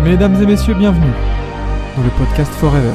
Mesdames et messieurs, bienvenue dans le podcast Forever.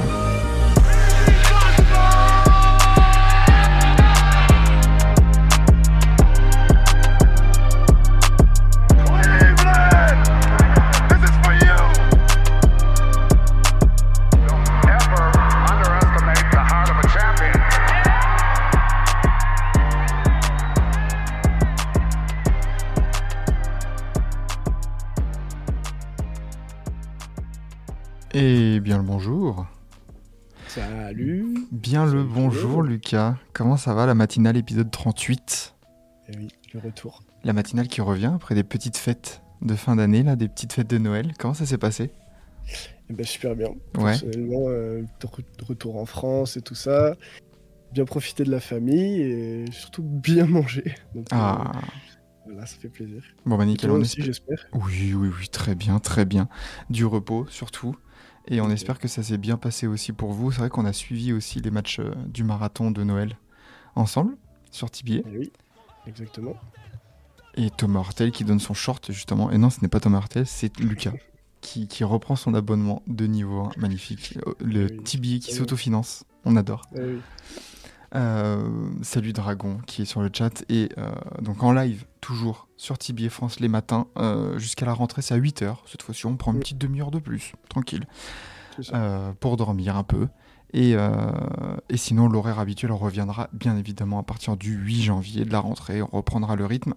Et bien le bonjour. Salut. Bien le bonjour Lucas. Comment ça va la matinale épisode 38 ? Eh oui, le retour. La matinale qui revient après des petites fêtes de fin d'année, là, des petites fêtes de Noël. Comment ça s'est passé ? Eh ben, super bien. Ouais. Personnellement, de retour en France et tout ça. Bien profiter de la famille et surtout bien manger. Donc, voilà, ça fait plaisir. Bon bah nickel, toi on aussi, j'espère. Oui, très bien. Du repos surtout. Et on espère que ça s'est bien passé aussi pour vous. C'est vrai qu'on a suivi aussi les matchs du marathon de Noël ensemble sur Tibier. Eh oui, exactement. Et Thomas Hurtel qui donne son short justement. Et non, ce n'est pas Thomas Hurtel, c'est Lucas qui reprend son abonnement de niveau 1. Magnifique. Le Oui, Tibier qui oui. s'autofinance. On adore. Eh oui. Salut Dragon qui est sur le chat. Et donc en live, toujours sur Tibier France les matins. Jusqu'à la rentrée, c'est à 8h. Cette fois-ci, on prend une petite demi-heure de plus. Tranquille. Pour dormir un peu. Et sinon, l'horaire habituel reviendra bien évidemment à partir du 8 janvier de la rentrée. On reprendra le rythme.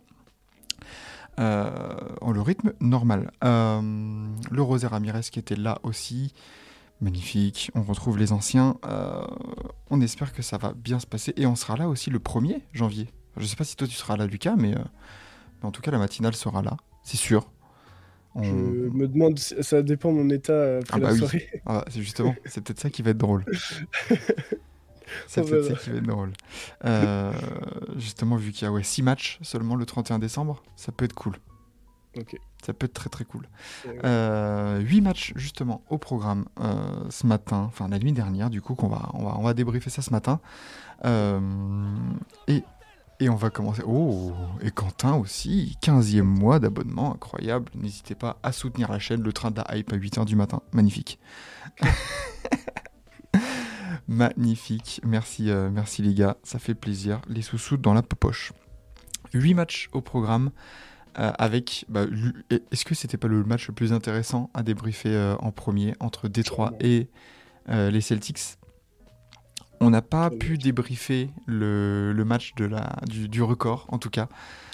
Le rythme normal. Le Rosé Ramirez qui était là aussi. Magnifique. On retrouve les anciens. On espère que ça va bien se passer. Et on sera là aussi le 1er janvier. Je sais pas si toi tu seras là, Lucas, mais en tout cas, la matinale sera là. C'est sûr. Je me demande, ça dépend de mon état après la soirée. C'est justement, c'est peut-être ça qui va être drôle. Justement, vu qu'il y a 6 matchs seulement le 31 décembre, ça peut être cool. Ok. Ça peut être très très cool. 8 matchs justement au programme ce matin, enfin la nuit dernière, du coup, on va débriefer ça ce matin. Et on va commencer. Oh, et Quentin aussi, 15e mois d'abonnement, incroyable. N'hésitez pas à soutenir la chaîne, le train de la hype à 8h du matin. Magnifique. Magnifique. Merci les gars, ça fait plaisir. Les sous-sous dans la poche. 8 matchs au programme avec... est-ce que c'était pas le match le plus intéressant à débriefer en premier entre Détroit et les Celtics ? On n'a pas pu débriefer le match du record, en tout cas,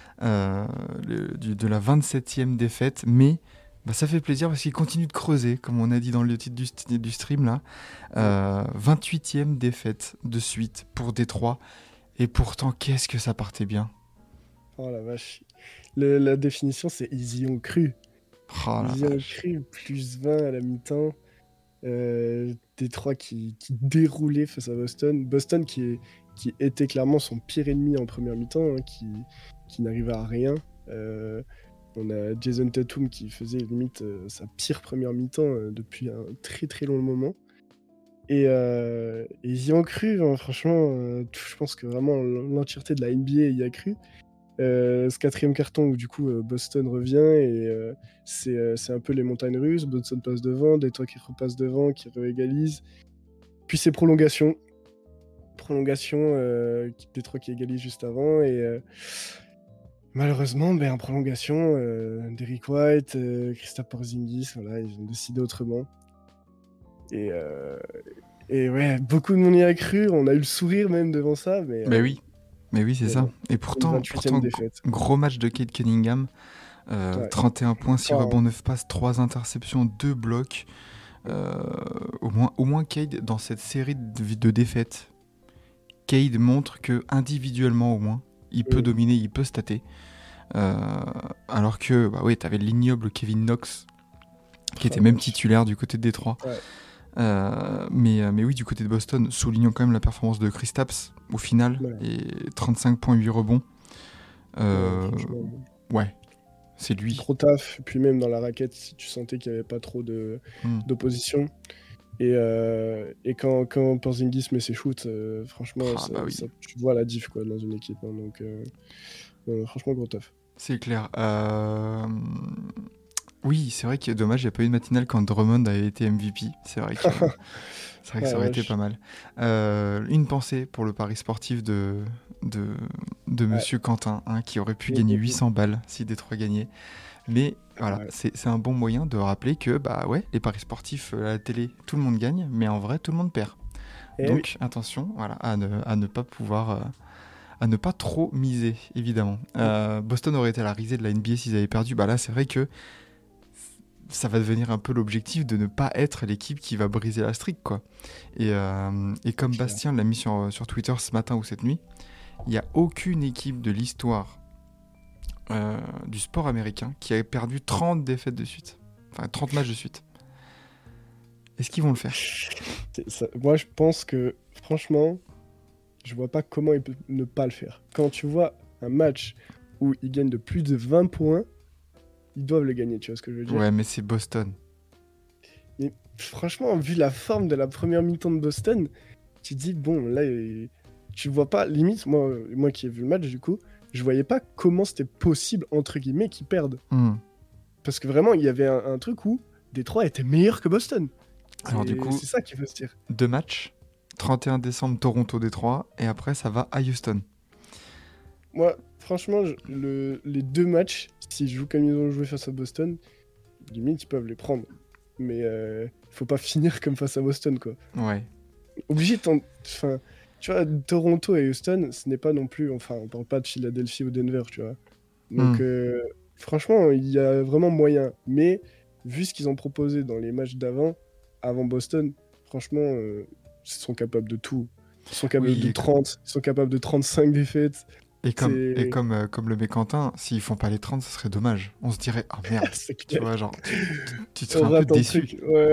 de la 27e défaite, mais ça fait plaisir parce qu'il continue de creuser, comme on a dit dans le titre du stream, là. 28e défaite de suite pour Détroit, et pourtant, qu'est-ce que ça partait bien. Oh la vache. La définition, c'est Easy on cru. Easy on cru, plus 20 à la mi-temps. Détroit qui déroulait face à Boston. Boston qui était clairement son pire ennemi en première mi-temps, qui n'arrivait à rien. On a Jason Tatum qui faisait limite sa pire première mi-temps depuis un très très long moment. Et ils y ont cru, hein, franchement. Je pense que vraiment l'entièreté de la NBA y a cru. Ce 4e carton où du coup Boston revient et c'est un peu les montagnes russes. Boston passe devant, Détroit qui repasse devant, qui réégalise. Puis c'est prolongation, Détroit qui égalise juste avant et malheureusement en prolongation, Derrick White, Kristaps Porzingis, voilà, ils ont décidé autrement. Et ouais, beaucoup de monde y a cru, on a eu le sourire même devant ça, Mais oui, c'est ça. Et pourtant gros match de Cade Cunningham. 31 points, 6 rebonds, 9 passes, 3 interceptions, 2 blocs. Au moins Cade, dans cette série de défaites, Cade montre que individuellement, au moins, il peut dominer, il peut stater. Alors que, t'avais l'ignoble Kevin Knox, qui était même titulaire du côté de Détroit. Mais oui, du côté de Boston, soulignons quand même la performance de Kristaps au final, et 35 points, 8 rebonds. C'est lui. Gros taf, et puis même dans la raquette, si tu sentais qu'il n'y avait pas trop d'opposition. Et quand Porzingis met ses shoots, franchement, tu vois la diff quoi, dans une équipe. Hein, donc, franchement, gros taf. C'est clair. Oui, c'est vrai que dommage, il n'y a pas eu de matinale quand Drummond avait été MVP. C'est vrai que ça aurait été pas mal. Une pensée pour le pari sportif de Monsieur Quentin, qui aurait pu gagner 800 balles si Détroit gagnait. Mais voilà, c'est un bon moyen de rappeler que les paris sportifs à la télé, tout le monde gagne, mais en vrai, tout le monde perd. Donc attention, voilà, à ne pas pouvoir, à ne pas trop miser, évidemment. Boston aurait été à la risée de la NBA s'ils avaient perdu. Là, c'est vrai que ça va devenir un peu l'objectif de ne pas être l'équipe qui va briser la streak, quoi. Et comme Bastien l'a mis sur Twitter ce matin ou cette nuit, il n'y a aucune équipe de l'histoire du sport américain qui a perdu 30 défaites de suite. Enfin, 30 matchs de suite. Est-ce qu'ils vont le faire ? Moi, je pense que, franchement, je vois pas comment ils peuvent ne pas le faire. Quand tu vois un match où ils gagnent de plus de 20 points, ils doivent le gagner, tu vois ce que je veux dire ? Ouais, mais c'est Boston. Mais franchement, vu la forme de la première mi-temps de Boston, tu te dis, bon, là, tu vois pas, limite, moi qui ai vu le match, du coup, je voyais pas comment c'était possible, entre guillemets, qu'ils perdent. Parce que vraiment, il y avait un truc où Détroit était meilleur que Boston. Alors du coup, c'est ça qu'il faut se dire. 2 matchs, 31 décembre, Toronto-Détroit, et après, ça va à Houston. Moi, franchement, les 2 matchs, s'ils jouent comme ils ont joué face à Boston, limite, ils peuvent les prendre. Mais faut pas finir comme face à Boston, quoi. Ouais. Obligé de enfin, tu vois, Toronto et Houston, ce n'est pas non plus... Enfin, on parle pas de Philadelphie ou Denver, tu vois. Donc, franchement, il y a vraiment moyen. Mais, vu ce qu'ils ont proposé dans les matchs avant Boston, franchement, ils sont capables de tout. Ils sont capables de 30, ils sont capables de 35 défaites. Et comme le met Quentin, s'ils font pas les 30, ce serait dommage. On se dirait, ah merde, tu vois, genre, tu te serais un peu déçu. Ouais,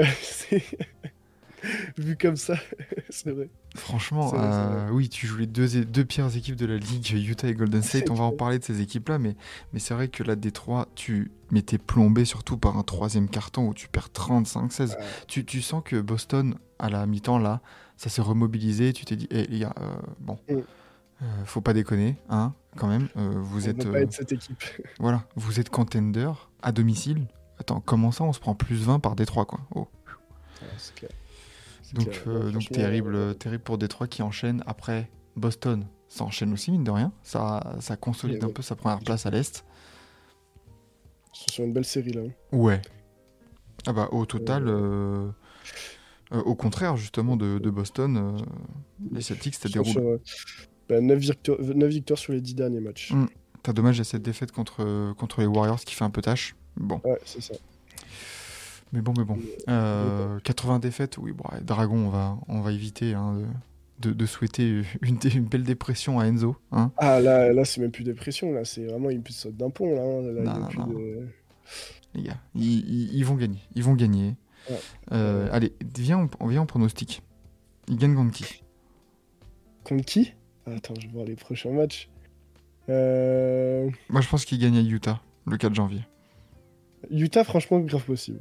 vu comme ça, c'est vrai. Franchement, c'est vrai. Oui, tu joues les deux pires équipes de la ligue, Utah et Golden State. On va en parler de ces équipes-là, mais c'est vrai que là, Détroit, tu m'étais plombé surtout par un troisième carton où tu perds 35-16. Tu sens que Boston, à la mi-temps, là, ça s'est remobilisé. Tu t'es dit, les gars, bon... faut pas déconner, hein, quand même. Vous êtes. Pas être cette équipe. Voilà, vous êtes contender à domicile. Attends, comment ça, on se prend plus 20 par Détroit, quoi. Oh. C'est clair. Donc terrible pour Détroit qui enchaîne. Après Boston, ça enchaîne aussi, mine de rien. Ça consolide un peu sa première place à l'Est. Ils sont sur une belle série, là. Ouais. Ah bah, au total. Au contraire, justement, de Boston, les Celtics, c'était déroulé. 9 victoires sur les 10 derniers matchs. T'as dommage, il y a cette défaite contre les Warriors qui fait un peu tâche. Bon. Ouais, c'est ça. Mais bon. 80 défaites, oui, bon, Dragon, on va éviter de souhaiter une belle dépression à Enzo. Hein. Ah, là, c'est même plus dépression, là, c'est vraiment une petite saute d'un pont, là. Non. Les gars, ils vont gagner. Ils vont gagner. Ouais. Allez, viens en pronostic. Ils gagnent contre qui ? Contre qui ? Attends, je vais voir les prochains matchs. Moi, je pense qu'ils gagnent à Utah, le 4 janvier. Utah, franchement, grave possible.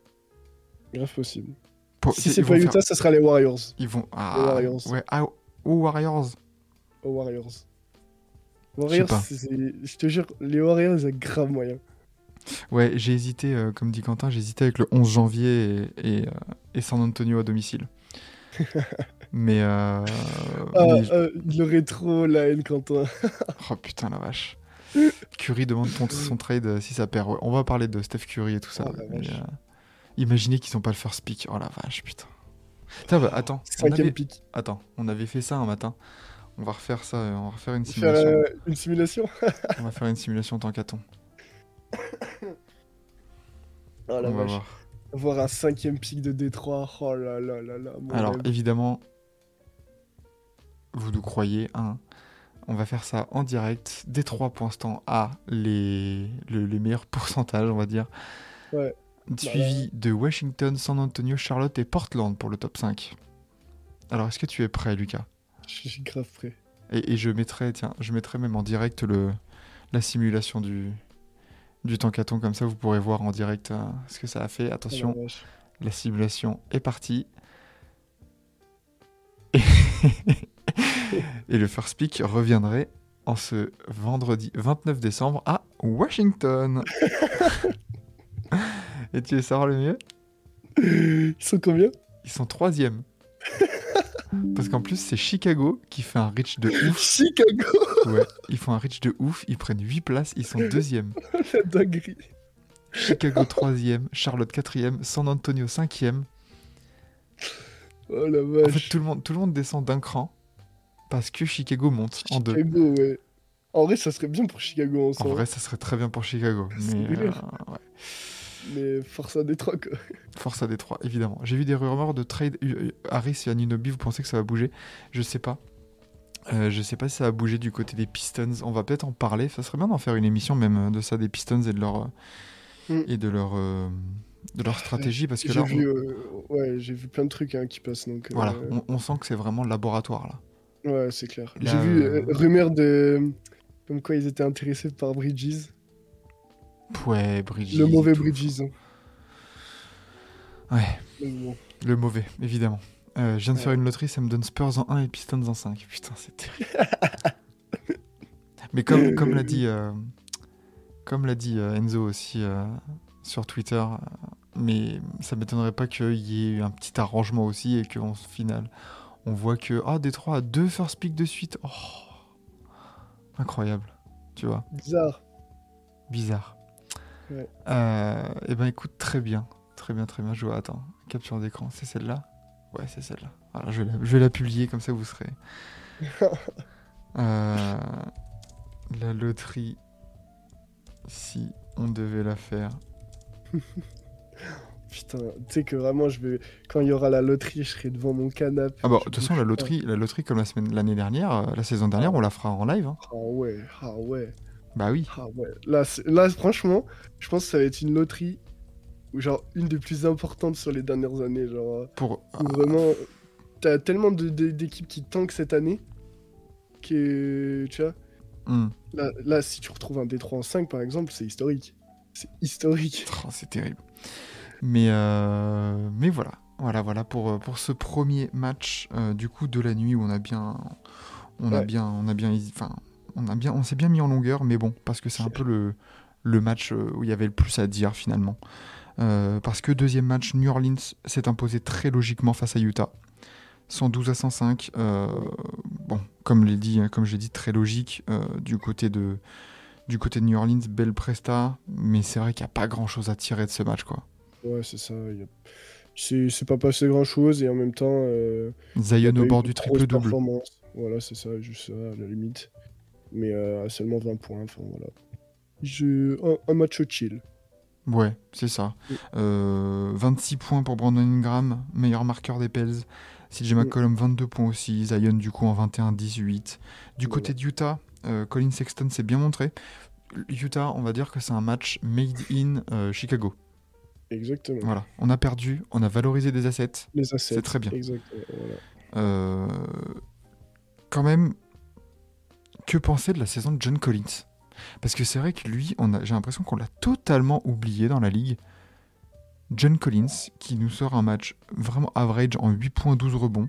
Si c'est pas Utah, ça sera les Warriors. Ils vont... les Warriors. Ouais, aux Warriors. Aux Warriors. Je te jure, les Warriors, ils ont grave moyen. Ouais, j'ai hésité, comme dit Quentin, avec le 11 janvier et San Antonio à domicile. Mais il aurait trop la haine, Quentin. Oh putain, la vache. Curry demande son trade si ça perd. Ouais, on va parler de Steph Curry et tout ça. Imaginez qu'ils sont pas le first pick. Oh la vache, putain. Attends. 5e pick. Attends, on avait fait ça un matin. On va refaire ça. On va refaire une simulation. Une simulation. On va faire une simulation tant qu'à temps. Oh la vache. Voir un 5e pick de Détroit. Oh là là. Alors évidemment, vous nous croyez, hein. On va faire ça en direct. Détroit pour l'instant a les meilleurs pourcentages, on va dire. Ouais. Suivi de Washington, San Antonio, Charlotte et Portland pour le top 5. Alors, est-ce que tu es prêt, Lucas ? Je suis grave prêt. Et je mettrai même en direct la simulation du tankathon, comme ça vous pourrez voir en direct ce que ça a fait. Attention, la simulation est partie. Et le first pick reviendrait en ce vendredi 29 décembre à Washington. Et tu veux savoir le mieux? Ils sont combien? Ils sont 3e. Parce qu'en plus, c'est Chicago qui fait un reach de ouf. Chicago. Ouais, ils font un reach de ouf. Ils prennent 8 places. Ils sont 2e. La dinguerie. Chicago 3e, Charlotte 4e, San Antonio 5e. Oh la vache. En fait, tout le monde descend d'un cran parce que Chicago monte en 2. Chicago, ouais. En vrai, ça serait bien pour Chicago En vrai, ça serait très bien pour Chicago. Mais, ouais. Mais force à Détroit, quoi. Force à Détroit, évidemment. J'ai vu des rumeurs de trade Harris et Anunoby. Vous pensez que ça va bouger? Je sais pas. Je sais pas si ça va bouger du côté des Pistons. On va peut-être en parler. Ça serait bien d'en faire une émission même de ça, des Pistons et de leur stratégie, parce que là, j'ai vu plein de trucs qui passent. Donc, voilà, on sent que c'est vraiment le laboratoire là. Ouais, c'est clair. Là, j'ai vu rumeur de comme quoi ils étaient intéressés par Bridges. Ouais, Bridges. Le mauvais Bridges. Ouais. Bon. Le mauvais, évidemment. Je viens de faire une loterie, ça me donne Spurs en 1 et Pistons en 5. Putain, c'est terrible. Mais comme l'a dit Enzo aussi sur Twitter, mais ça m'étonnerait pas qu'il y ait eu un petit arrangement aussi et qu'au final, on voit que Détroit a 2 first pick de suite. Oh, incroyable, tu vois. Bizarre. Ouais. Et ben écoute, très bien. Je vois, attends, capture d'écran, c'est celle-là? Ouais, c'est celle-là. Alors, je vais la publier, comme ça vous serez... La loterie, si on devait la faire. Putain, tu sais que vraiment, quand il y aura la loterie, je serai devant mon canapé. Ah bah, de toute façon, la loterie comme l'année dernière, la saison dernière, on la fera en live. Hein. Ah ouais. Bah oui. Ah ouais. Là, franchement, je pense que ça va être une loterie genre une des plus importantes sur les dernières années. Genre, vraiment, t'as tellement d'équipes qui tankent cette année que, tu vois, là, si tu retrouves un Détroit en 5, par exemple, c'est historique. C'est historique. Oh, c'est terrible. Mais voilà pour ce premier match du coup de la nuit où on s'est bien mis en longueur, mais bon, parce que c'est un peu le match où il y avait le plus à dire finalement. Parce que deuxième match, New Orleans s'est imposé très logiquement face à Utah. 112-105. Bon, comme j'ai dit, très logique du côté de New Orleans, belle presta, mais c'est vrai qu'il n'y a pas grand-chose à tirer de ce match, quoi. Ouais, c'est ça. C'est pas passé grand-chose, et en même temps... Zion au bord du triple-double. Voilà, c'est ça, juste ça, à la limite. Mais à seulement 20 points, enfin voilà. Un match chill. Ouais, c'est ça. 26 points pour Brandon Ingram, meilleur marqueur des Pels. CJ McCollum, 22 points aussi. Zion, du coup, en 21-18. Du côté de Utah, Colin Sexton s'est bien montré. Utah, on va dire que c'est un match made in Chicago. Exactement. Voilà, on a perdu, on a valorisé des assets. Les assets, c'est très bien. Exactement, voilà. Quand même, que penser de la saison de John Collins? Parce que c'est vrai que lui, j'ai l'impression qu'on l'a totalement oublié dans la ligue. John Collins, qui nous sort un match vraiment average en 8 points, 12 rebonds.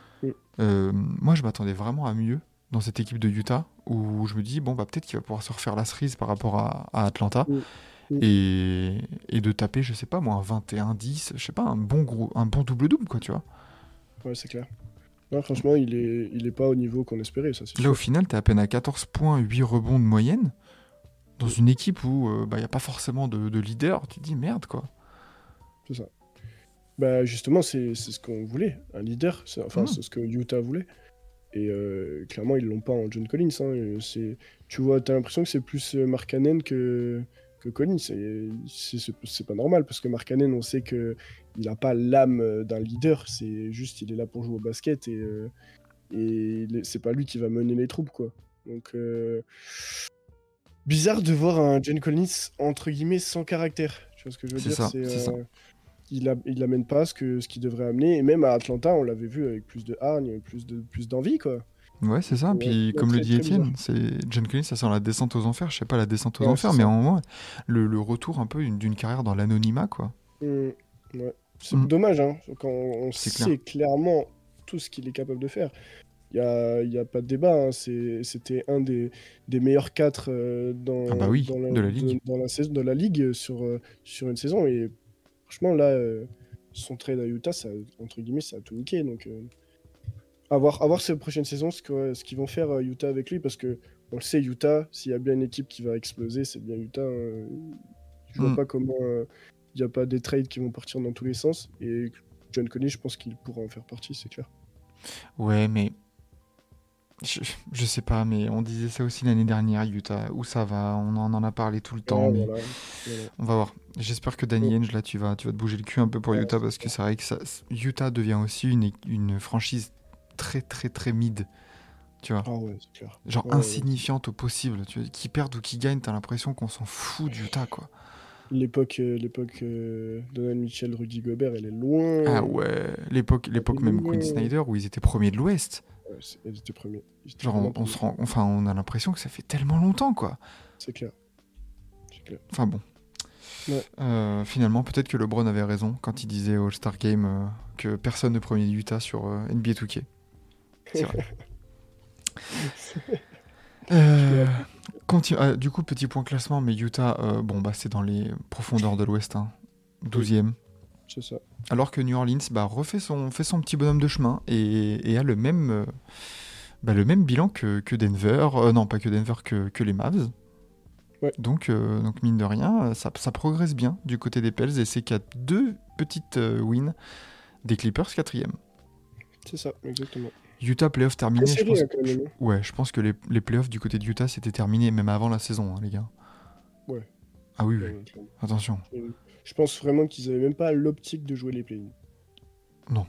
Moi, je m'attendais vraiment à mieux dans cette équipe de Utah, où je me dis, bon, bah, peut-être qu'il va pouvoir se refaire la cerise par rapport à Atlanta. Et de taper, je sais pas moi, un 21-10, je sais pas, un bon double-double, quoi, tu vois. Ouais, c'est clair. Non, franchement, il est pas au niveau qu'on espérait, ça, c'est sûr. Là, au final, t'es à peine à 14 points, 8 rebonds de moyenne, dans une équipe où y a pas forcément de leader. Tu te dis, merde, quoi. C'est ça. Bah, justement, c'est ce qu'on voulait, un leader. C'est ce que Utah voulait. Et clairement, ils l'ont pas en John Collins. Hein. Tu vois, t'as l'impression que c'est plus Markkanen que Collins. C'est pas normal, parce que Markkanen, on sait qu'il n'a pas l'âme d'un leader. C'est juste, il est là pour jouer au basket, et c'est pas lui qui va mener les troupes, quoi. Donc, bizarre de voir un John Collins, entre guillemets, sans caractère. Tu vois ce que je veux dire? C'est ça. Il amène pas ce qu'il devrait amener. Et même à Atlanta, on l'avait vu avec plus de hargne, plus d'envie, quoi. Ouais, c'est ça. Puis, comme le dit Étienne, John Collins, ça sent la descente aux enfers. Je sais pas la descente aux enfers, mais en moins, le retour un peu d'une carrière dans l'anonymat, quoi. Ouais. C'est dommage, hein, quand on sait clairement tout ce qu'il est capable de faire. Il y a pas de débat. Hein. C'était un des meilleurs 4 de la ligue. Dans la ligue sur une saison. Et franchement, là, son trade à Utah, ça, entre guillemets, ça a tout niqué. Donc, à voir cette prochaine saison, ce qu'ils vont faire Utah avec lui, parce que on le sait, Utah, s'il y a bien une équipe qui va exploser, c'est bien Utah. Je vois pas comment il n'y a pas des trades qui vont partir dans tous les sens. Et John Conley, je pense qu'il pourra en faire partie, c'est clair. Ouais, mais je sais pas, mais on disait ça aussi l'année dernière, Utah, où ça va, on en a parlé tout le temps, mais Voilà. on va voir. J'espère que Danny Ainge, là, tu vas te bouger le cul un peu pour Utah, parce que c'est vrai que Utah devient aussi une franchise très très très mid, tu vois. Ouais, c'est clair. Genre insignifiante au possible, tu vois, qui perdent ou qui gagnent, t'as l'impression qu'on s'en fout d'Utah, quoi. L'époque Donovan Mitchell, Rudy Gobert, elle est loin. Ah ouais, l'époque même Quinn Snyder, où ils étaient premiers de l'Ouest. Ouais, ils étaient premiers. Genre on a l'impression que ça fait tellement longtemps, quoi. C'est clair. Enfin bon. Ouais. Finalement, peut-être que LeBron avait raison quand il disait au All-Star Game que personne ne prenait Utah sur NBA 2K. C'est vrai. Du coup, petit point classement, mais Utah, c'est dans les profondeurs de l'Ouest, 12e. C'est ça. Alors que New Orleans fait son petit bonhomme de chemin et a le même bilan que Denver. Non, pas que Denver, que les Mavs. Ouais. Donc, mine de rien, ça progresse bien du côté des Pels et c'est qu'il y a 2 petites wins des Clippers 4e. C'est ça, exactement. Utah playoff terminé. Je pense que les playoffs du côté de Utah c'était terminé même avant la saison, les gars. Ouais. Ah oui. Attention. Je pense vraiment qu'ils n'avaient même pas l'optique de jouer les play-ins. Non.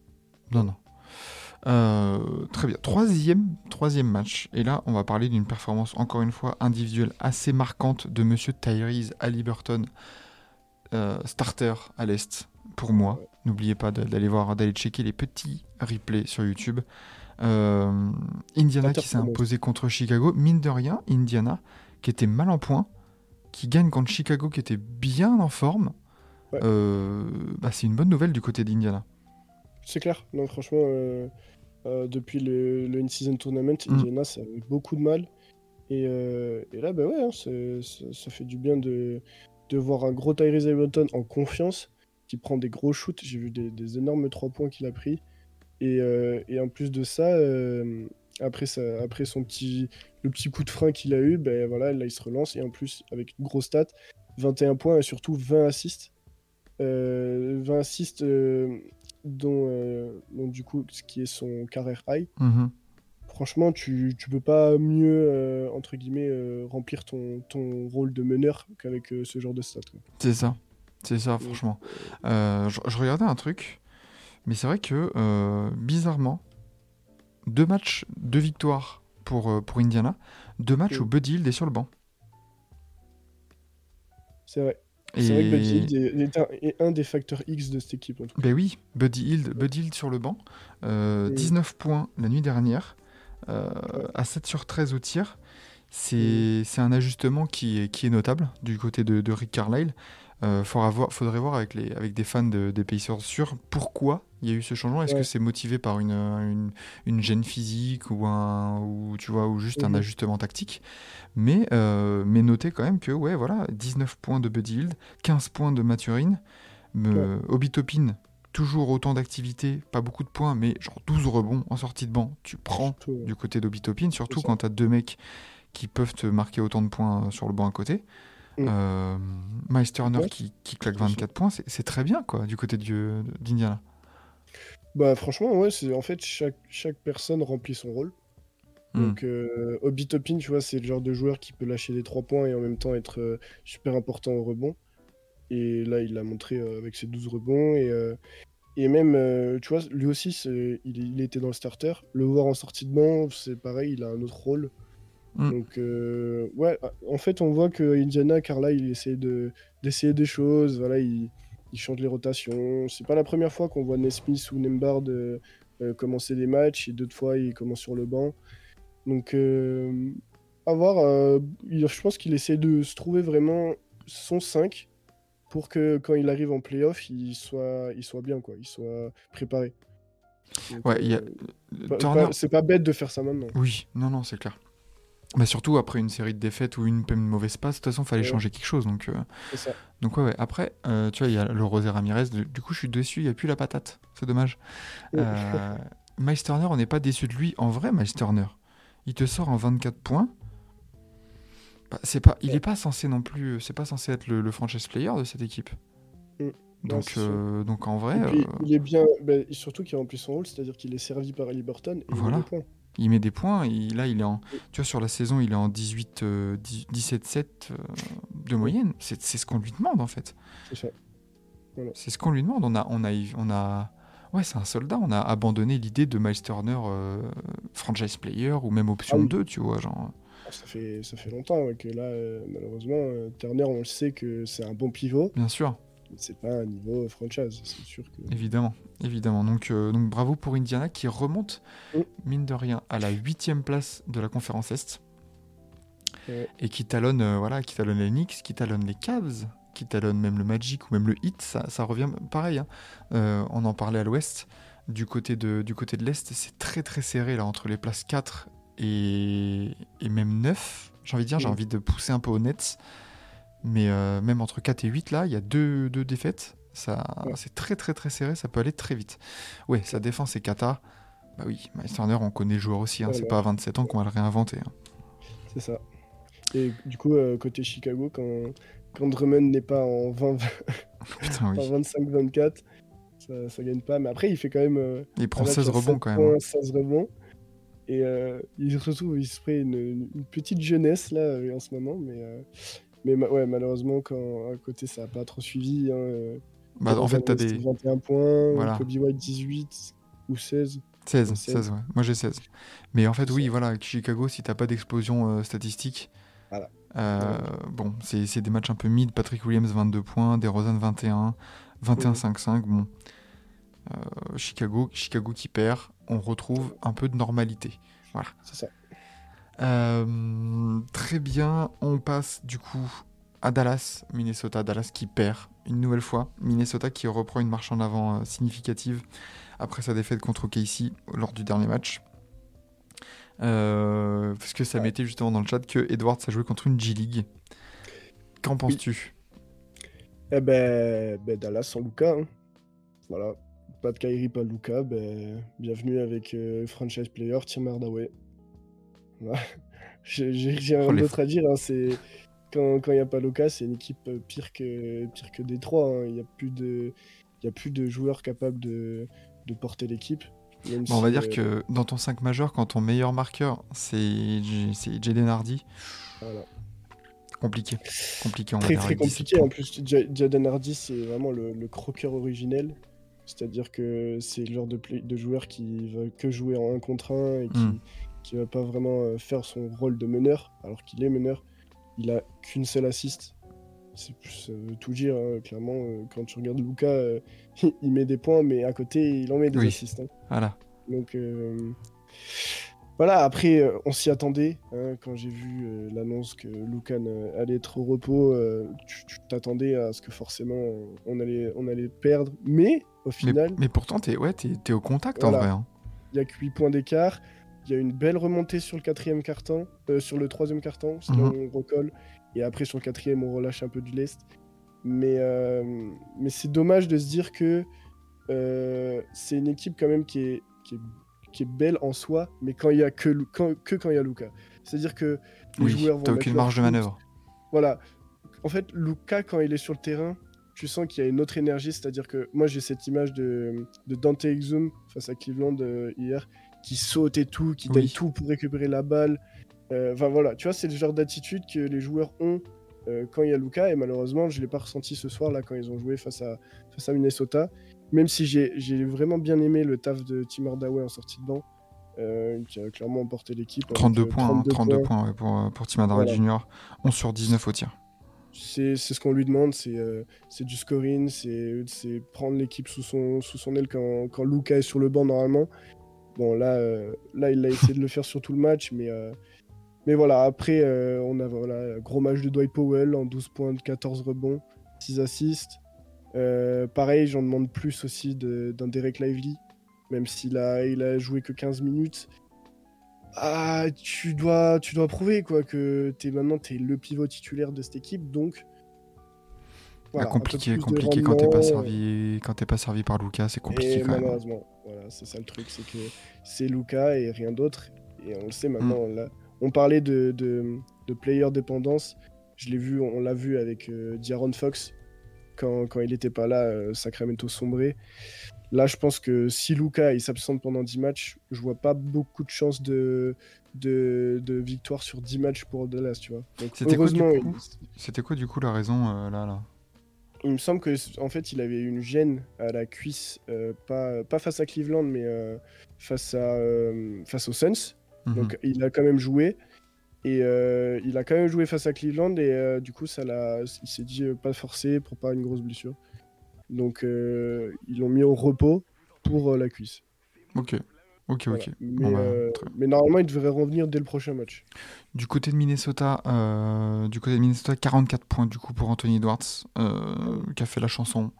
Très bien. Troisième match. Et là, on va parler d'une performance, encore une fois, individuelle assez marquante de monsieur Tyrese Haliburton, starter à l'Est, pour moi. Ouais. N'oubliez pas d'aller checker les petits replays sur YouTube. Indiana qui s'est imposé contre Chicago. Mine de rien, Indiana, qui était mal en point, qui gagne contre Chicago, qui était bien en forme. Ouais. C'est une bonne nouvelle du côté d'Indiana. C'est clair. Non, franchement, depuis le In-Season Tournament, Indiana, ça avait beaucoup de mal. Et là, ça fait du bien de voir un gros Tyrese Haliburton en confiance, qui prend des gros shoots. J'ai vu des énormes 3 points qu'il a pris. Et en plus de ça, après le petit coup de frein qu'il a eu, là il se relance. Et en plus, avec une grosse stat, 21 points et surtout 20 assists. 20 assists, dont du coup, ce qui est son career high. Mm-hmm. Franchement, tu peux pas mieux, entre guillemets, remplir ton rôle de meneur qu'avec ce genre de stats. Quoi. C'est ça, franchement. Je regardais un truc, mais c'est vrai que, bizarrement, 2 matchs, 2 victoires pour Indiana, 2 matchs où Buddy Hield est sur le banc. C'est vrai. C'est vrai que Buddy Hield est un des facteurs X de cette équipe. En tout cas. Ben oui, Buddy Hield sur le banc. 19 points la nuit dernière, à 7 sur 13 au tir. C'est un ajustement qui est notable du côté de Rick Carlisle. Faudrait voir avec des fans des Pacers sur pourquoi il y a eu ce changement. Est-ce que c'est motivé par une gêne physique ou juste un ajustement tactique, mais notez quand même que 19 points de Buddy Hield, 15 points de Mathurin, Obi Toppin, toujours autant d'activité, pas beaucoup de points, mais genre 12 rebonds en sortie de banc, tu prends du côté d'Obi Toppin, surtout quand tu as 2 mecs qui peuvent te marquer autant de points sur le banc à côté. Miles Turner qui claque 24 points, c'est très bien quoi du côté d'Indiana. Franchement, en fait chaque personne remplit son rôle. Donc Obi Toppin, tu vois, c'est le genre de joueur qui peut lâcher des 3 points et en même temps être super important au rebond. Et là, il l'a montré avec ses 12 rebonds. Et même, tu vois, lui aussi, il était dans le starter. Le voir en sortie de banc, c'est pareil, il a un autre rôle. Donc, en fait, on voit que Indiana, Carla, il essaie d'essayer des choses. Voilà, il change les rotations. C'est pas la première fois qu'on voit Nesmith ou Nembhard commencer des matchs. Et d'autres fois, il commence sur le banc. Donc, à voir. Je pense qu'il essaie de se trouver vraiment son 5 pour que quand il arrive en playoff, il soit bien, quoi. Il soit préparé. Donc, Turner... c'est pas bête de faire ça maintenant. Oui, non, c'est clair. Bah surtout après une série de défaites ou une mauvaise passe, de toute façon, il fallait changer quelque chose. Donc, C'est ça. donc ouais. Après, tu vois, il y a le Rosé Ramirez. Du coup, je suis déçu, il n'y a plus la patate. C'est dommage. Miles Turner, on n'est pas déçu de lui. En vrai, Miles Turner, il te sort en 24 points. Bah, il est pas censé non plus. C'est pas censé être le franchise player de cette équipe. Donc en vrai. Et puis, il est bien. Surtout qu'il remplit son rôle, c'est-à-dire qu'il est servi par Haliburton et il met des points. Il met des points. Là, il est en. Tu vois, sur la saison, il est en 17-7 de moyenne. C'est ce qu'on lui demande en fait. C'est ça. Voilà. C'est ce qu'on lui demande. Ouais, c'est un soldat. On a abandonné l'idée de Miles Turner franchise player ou même option 2, tu vois, genre. Ça fait longtemps que là, malheureusement, Turner, on le sait que c'est un bon pivot. Bien sûr. Mais c'est pas un niveau franchise, c'est sûr que... Évidemment. Donc bravo pour Indiana qui remonte, mine de rien, à la 8e place de la conférence Est. Et qui talonne les Knicks, qui talonne les Cavs, qui talonne même le Magic ou même le Heat. Ça revient pareil. Hein. On en parlait à l'Ouest. Du côté de l'Est, c'est très très serré là, entre les places 4 et même 9. J'ai envie de pousser un peu aux Nets. Mais même entre 4 et 8, là, il y a deux défaites. C'est très très très serré, ça peut aller très vite. Ouais, sa défense est cata. Bah oui, Miles Turner, on connaît le joueur aussi. Hein, c'est pas à 27 ans qu'on va le réinventer. Hein. C'est ça. Et du coup, côté Chicago, quand Drummond n'est pas en 25-24, ça gagne pas. Mais après, il fait quand même... il prend 16 rebonds quand même. 16 rebonds. Et il se fait une petite jeunesse là en ce moment. Mais malheureusement, quand à côté ça n'a pas trop suivi. En fait, t'as des 21 points, Kobe White 18 ou 16. 16, ouais. Moi j'ai 16. Mais en fait, oui, voilà, Chicago, si t'as pas d'explosion statistique, bon, c'est des matchs un peu mid. Patrick Williams 22 points, DeRozan 21, 21-5-5. Bon, Chicago qui perd, on retrouve un peu de normalité. Voilà. C'est ça. Très bien, on passe du coup à Dallas, Minnesota. Dallas qui perd une nouvelle fois. Minnesota qui reprend une marche en avant significative après sa défaite contre OKC lors du dernier match. Parce que ça mettait justement dans le chat que Edwards a joué contre une G-League. Qu'en penses-tu ? Dallas sans Luka. Hein. Voilà. Pas de Kyrie, pas de Luka. Bienvenue avec franchise player Tim Hardaway. Voilà. J'ai rien d'autre à dire. Hein. C'est... Quand il n'y a pas Luka, c'est une équipe pire que Détroit. Hein. Il n'y a plus de joueurs capables de porter l'équipe. On va dire que dans ton 5 majeur, quand ton meilleur marqueur, c'est Jaden Hardy, voilà. Compliqué, on très, va dire. Très compliqué. En plus, Jaden Hardy, c'est vraiment le croqueur originel. C'est-à-dire que c'est le genre de joueur qui veut que jouer en 1 contre 1 et qui va pas vraiment faire son rôle de meneur, alors qu'il est meneur. Il a qu'une seule assist. Ça veut tout dire, hein. Clairement. Quand tu regardes Luka, il met des points, mais à côté, il en met des assists. Hein. Voilà. Donc, voilà. Après, on s'y attendait. Hein, quand j'ai vu l'annonce que Luka allait être au repos, tu t'attendais à ce que forcément on allait perdre. Mais au final... Mais pourtant, t'es au contact en vrai. Hein. Il n'y a que 8 points d'écart. Il y a une belle remontée sur le 4e carton, sur le 3e carton, c'est là où on recolle. Et après, sur le 4e, on relâche un peu du lest. Mais c'est dommage de se dire que c'est une équipe quand même qui est belle en soi, mais quand il y a quand il y a Luka. C'est-à-dire que les joueurs vont... t'as aucune marge de manœuvre. Voilà. En fait, Luka, quand il est sur le terrain, tu sens qu'il y a une autre énergie. C'est-à-dire que moi, j'ai cette image de Dante Exum face à Cleveland hier, qui saute et tout, qui donne tout pour récupérer la balle. Voilà, tu vois, c'est le genre d'attitude que les joueurs ont quand il y a Luka, et malheureusement, je ne l'ai pas ressenti ce soir, là, quand ils ont joué face à Minnesota. Même si j'ai vraiment bien aimé le taf de Tim Hardaway en sortie de banc, qui a clairement emporté l'équipe. 32 points pour Tim Hardaway Jr. 11 sur 19 au tir. C'est ce qu'on lui demande, c'est du scoring, c'est prendre l'équipe sous son aile quand Luka est sur le banc normalement. Bon, là, il a essayé de le faire sur tout le match, mais voilà, après, on a gros match de Dwight Powell en 12 points, 14 rebonds, 6 assists. Pareil, j'en demande plus aussi d'un Derek Lively, même s'il a joué que 15 minutes. Tu dois prouver quoi, que maintenant t'es le pivot titulaire de cette équipe, donc voilà, compliqué quand t'es pas servi par Luka, c'est compliqué et quand même. Malheureusement, voilà, c'est ça le truc, c'est que c'est Luka et rien d'autre, et on le sait maintenant. Là, on parlait de player dépendance, on l'a vu avec D'Aaron Fox quand il était pas là, Sacramento sombrait. Là, je pense que si Luka il s'absente pendant 10 matchs, je vois pas beaucoup de chances de victoire sur 10 matchs pour Dallas, tu vois. Donc, c'était quoi du coup la raison là Il me semble que en fait, il avait une gêne à la cuisse, pas face à Cleveland, mais face aux Suns. Donc, il a quand même joué. Et il a quand même joué face à Cleveland. Et du coup, il s'est dit pas forcer pour pas une grosse blessure. Donc, ils l'ont mis au repos pour la cuisse. Ok. Voilà. Mais normalement, il devrait revenir dès le prochain match. Du côté de Minnesota, 44 points du coup pour Anthony Edwards, qui a fait la chanson.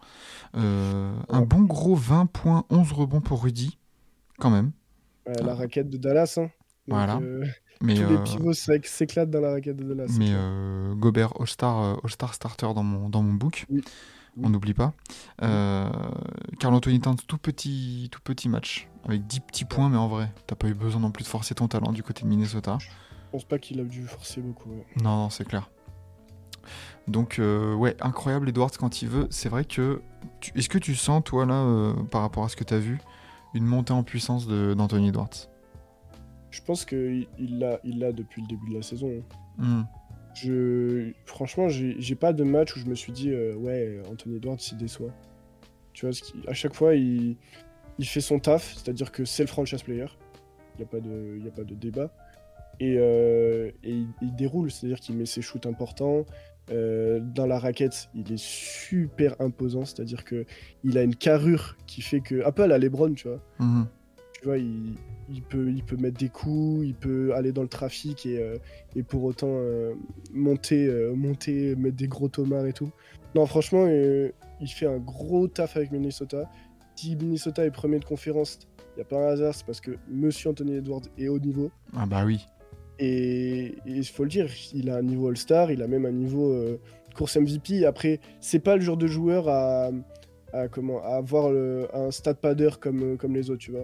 Un bon gros 20 points, 11 rebonds pour Rudy, quand même. La raquette de Dallas, hein. Donc, voilà. Mais tous les pivots s'éclatent dans la raquette de Dallas. Mais Gobert All-Star starter dans mon book. Oui. On n'oublie pas. Karl Anthony Towns, tout petit match, avec 10 petits points, mais en vrai, t'as pas eu besoin non plus de forcer ton talent du côté de Minnesota. Je pense pas qu'il a dû forcer beaucoup. Ouais. Non, c'est clair. Donc, incroyable Edwards quand il veut. C'est vrai que... Est-ce que tu sens, toi, là, par rapport à ce que t'as vu, une montée en puissance d'Anthony Edwards? Je pense qu'il l'a depuis le début de la saison. Franchement, j'ai pas de match où je me suis dit Anthony Edwards il déçoit. Tu vois, à chaque fois il fait son taf, c'est-à-dire que c'est le franchise player. Il y a pas de débat. Et il déroule, c'est-à-dire qu'il met ses shoots importants. Dans la raquette, il est super imposant, c'est-à-dire que il a une carrure qui fait que un peu à la LeBron, tu vois. Tu vois, il peut mettre des coups, il peut aller dans le trafic et pour autant monter, mettre des gros tomards et tout. Non, franchement, il fait un gros taf avec Minnesota. Si Minnesota est premier de conférence, il n'y a pas un hasard, c'est parce que Monsieur Anthony Edwards est au niveau. Ah bah oui. Et il faut le dire, il a un niveau All-Star, il a même un niveau course MVP. Après, c'est pas le genre de joueur à avoir un stat padder comme les autres, tu vois.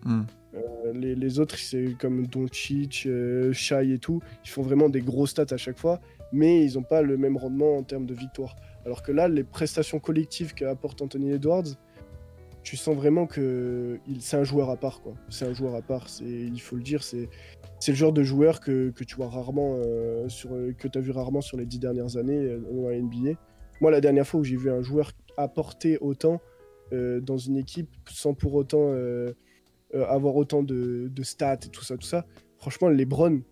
Les autres, c'est comme Doncic, Shai et tout, ils font vraiment des gros stats à chaque fois, mais ils n'ont pas le même rendement en termes de victoire. Alors que là, les prestations collectives qu'apporte Anthony Edwards, tu sens vraiment que c'est un joueur à part, quoi. C'est un joueur à part, il faut le dire, c'est le genre de joueur que tu vois rarement, que tu as vu rarement sur les 10 dernières années dans la NBA. Moi, la dernière fois où j'ai vu un joueur apporter autant dans une équipe sans pour autant avoir autant de stats et tout ça, franchement, LeBron,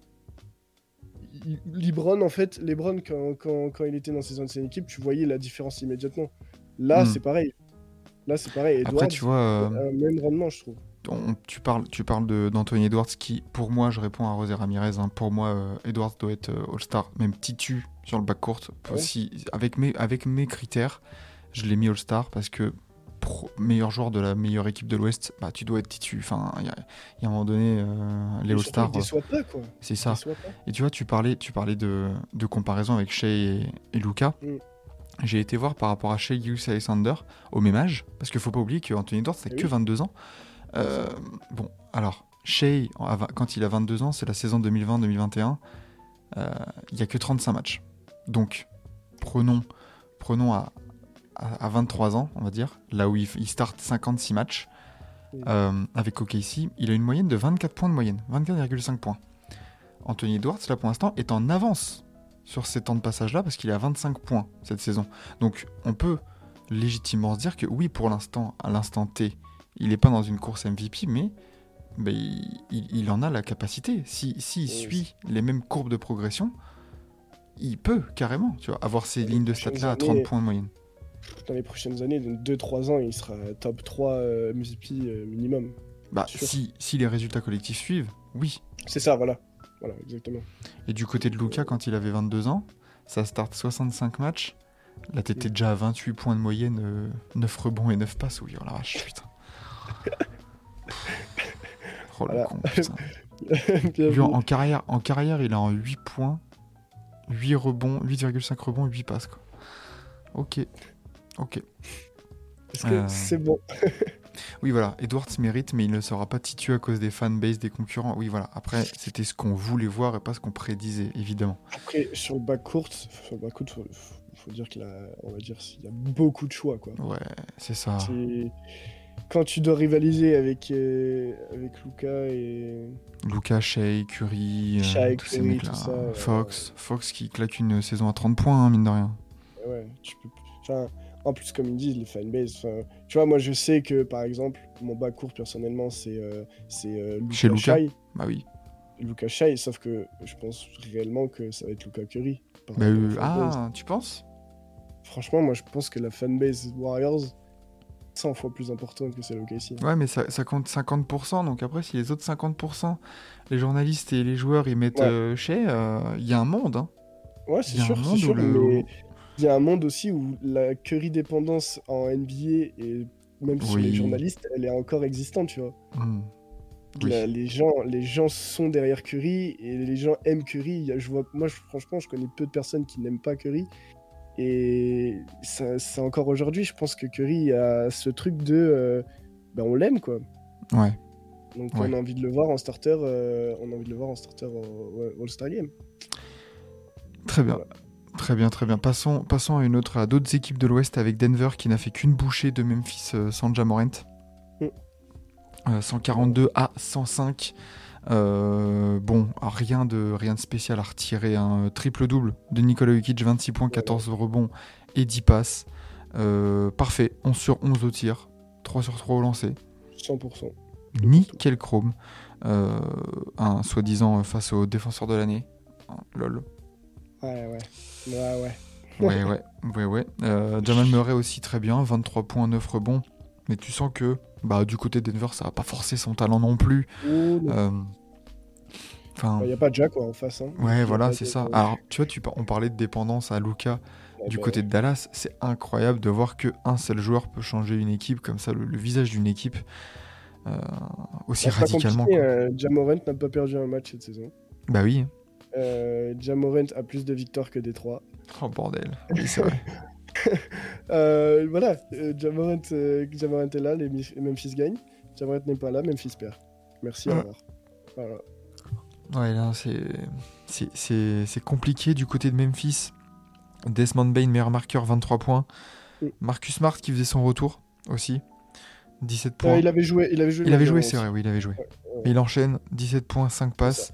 en fait, quand il était dans ses anciennes équipes, tu voyais la différence immédiatement. Là, c'est pareil. Edwards, après, tu vois, même rendement, je trouve. Tu parles d'Anthony Edwards qui, pour moi, je réponds à José Ramirez, pour moi, Edwards doit être All-Star, même titu sur le backcourt. Si, avec mes critères, je l'ai mis All-Star parce que meilleur joueur de la meilleure équipe de l'Ouest, bah, tu dois être titu. Enfin, il y a un moment donné, les All-Stars. C'est ça. Et tu vois, tu parlais de comparaison avec Shai et Luka. J'ai été voir par rapport à Shai Gilgeous-Alexander au même âge, parce qu'il faut pas oublier qu'Anthony Edwards n'a que 22 ans. Bon, alors, Shai, quand il a 22 ans, c'est la saison 2020-2021, il n'y a que 35 matchs. Donc, prenons à 23 ans, on va dire, là où il start 56 matchs, avec OKC, il a une moyenne de 24 points de moyenne, 24,5 points. Anthony Edwards, là pour l'instant, est en avance sur ces temps de passage-là, parce qu'il est à 25 points cette saison. Donc, on peut légitimement se dire que oui, pour l'instant, à l'instant T, il n'est pas dans une course MVP, mais il en a la capacité. S'il suit les mêmes courbes de progression, il peut carrément avoir ces lignes de stats-là à 30 points de moyenne. Dans les prochaines années, dans 2-3 ans, il sera top 3 MVP minimum. Bah, si les résultats collectifs suivent, oui. C'est ça, voilà. Voilà, exactement. Et du côté de Luka, quand il avait 22 ans, ça start 65 matchs. Là, t'étais déjà à 28 points de moyenne, 9 rebonds et 9 passes. Oui, oh la vache, putain. Oh le con, putain. Lui, en carrière, il a en 8 points, 8 rebonds, 8,5 rebonds, 8 passes, quoi. Ok. Est-ce que c'est bon? Oui, voilà, Edwards mérite, mais il ne sera pas titu à cause des fanbases des concurrents. Oui, voilà. Après, c'était ce qu'on voulait voir et pas ce qu'on prédisait, évidemment. Après, sur le backcourt, faut dire qu'il y a beaucoup de choix, quoi. Ouais, c'est ça. Quand tu dois rivaliser avec Luka, Shai, Curry, tous ces mecs-là. Fox qui claque une saison à 30 points, hein, mine de rien. Ouais, en plus, comme ils disent, les fanbases. Tu vois, moi, je sais que, par exemple, mon backcourt, personnellement, c'est Luka Shai. Bah oui. Luka Shai, sauf que je pense réellement que ça va être Luka Curry. Tu penses? Franchement, moi, je pense que la fanbase Warriors, 100 fois plus importante que celle OKC. Ouais, mais ça compte 50%, donc après, si les autres 50%, les journalistes et les joueurs, ils mettent Shai, il y a un monde, hein. Ouais, c'est sûr, mais il y a un monde aussi où la Curry dépendance en NBA, et même sur les journalistes, elle est encore existante, tu vois. Oui. Les gens sont derrière Curry, et les gens aiment Curry. Franchement, je connais peu de personnes qui n'aiment pas Curry. Et c'est encore aujourd'hui, je pense que Curry a ce truc de... on l'aime, quoi. Ouais. Donc on a envie de le voir en starter, All-Star Game. Très bien. Voilà. Très bien. Passons à d'autres équipes de l'Ouest, avec Denver qui n'a fait qu'une bouchée de Memphis sans Ja Morant. 142 à 105. Rien de spécial à retirer. Un triple-double de Nikola Jokic, 26 points, 14 rebonds et 10 passes. Parfait, 11 sur 11 au tir, 3 sur 3 au lancer. 100%. Nickel chrome. Un soi-disant face au défenseur de l'année. Lol. Ouais. Jamal Murray aussi très bien, 23 points, 9 rebonds. Mais tu sens que du côté de Denver, ça va pas forcer son talent non plus. Il n'y a pas de Jack en face. Hein. Ouais, voilà, c'est ça. Alors, tu vois, on parlait de dépendance à Luka côté de Dallas. C'est incroyable de voir qu'un seul joueur peut changer une équipe comme ça, le visage d'une équipe aussi radicalement. Ja Morant n'a pas perdu un match cette saison. Bah oui. Ja Morant a plus de victoires que Détroit. Oh bordel, oui, c'est vrai. Ja Morant est là, les Memphis gagnent. Ja Morant n'est pas là, Memphis perd. Merci, au revoir. Voilà. Ouais, là, c'est compliqué du côté de Memphis. Desmond Bane, meilleur marqueur, 23 points. Marcus Smart qui faisait son retour aussi, 17 points. Il avait joué, c'est vrai, oui, il avait joué. Et il enchaîne, 17 points, 5 passes.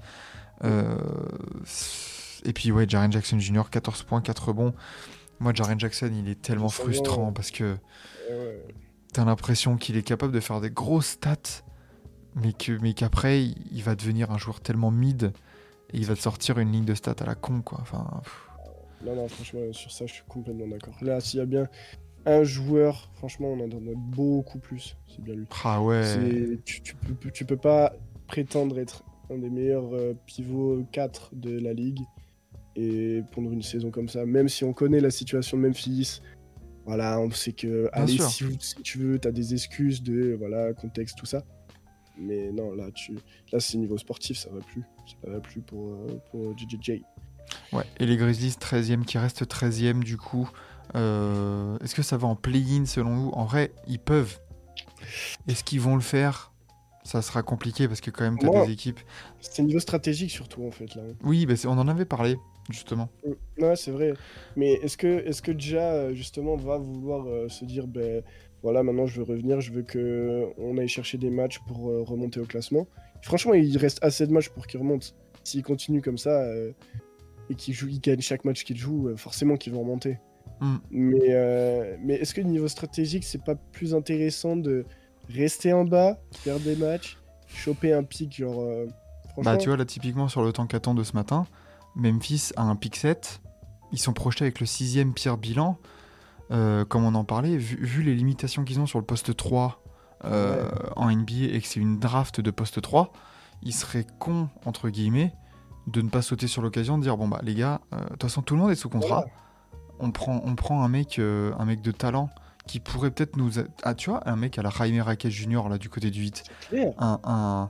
Et puis, Jaren Jackson Jr., 14 points, 4 rebonds. Moi, Jaren Jackson, il est tellement frustrant parce que t'as l'impression qu'il est capable de faire des grosses stats, mais qu'après, il va devenir un joueur tellement mid et il va te sortir une ligne de stats à la con, quoi. Enfin, Non, franchement, sur ça, je suis complètement d'accord. Là, s'il y a bien un joueur, franchement, on en donne beaucoup plus. C'est bien lui. Ah ouais. Tu peux pas prétendre être un des meilleurs pivots 4 de la ligue et pendant une saison comme ça, même si on connaît la situation de Memphis, voilà, on sait que si tu veux, t'as des excuses de contexte, tout ça. Mais non, là c'est niveau sportif, ça va plus pour JJJ. Ouais, et les Grizzlies 13e qui restent 13e du coup. Est-ce que ça va en play-in selon vous? En vrai, ils peuvent. Est-ce qu'ils vont le faire? Ça sera compliqué parce que quand même t'as des équipes. C'est niveau stratégique surtout en fait là. Oui, on en avait parlé justement. Ouais, c'est vrai. Mais est-ce que déjà justement va vouloir se dire maintenant je veux revenir, je veux que on aille chercher des matchs pour remonter au classement. Franchement, il reste assez de matchs pour qu'il remonte. S'il continue comme ça et qu'il gagne chaque match qu'il joue, forcément qu'ils vont remonter. Mais est-ce que niveau stratégique, c'est pas plus intéressant de rester en bas, faire des matchs, choper un pic franchement... tu vois là typiquement sur le temps qu'attend de ce matin, Memphis a un pick 7, ils sont projetés avec le 6e pire bilan, comme on en parlait, vu les limitations qu'ils ont sur le poste 3 en NBA et que c'est une draft de poste 3, il serait con entre guillemets de ne pas sauter sur l'occasion, de dire les gars, de toute façon tout le monde est sous contrat, on prend un mec de talent qui pourrait peut-être nous... tu vois, un mec à la Jaime Raquel Jr. là du côté du 8. Un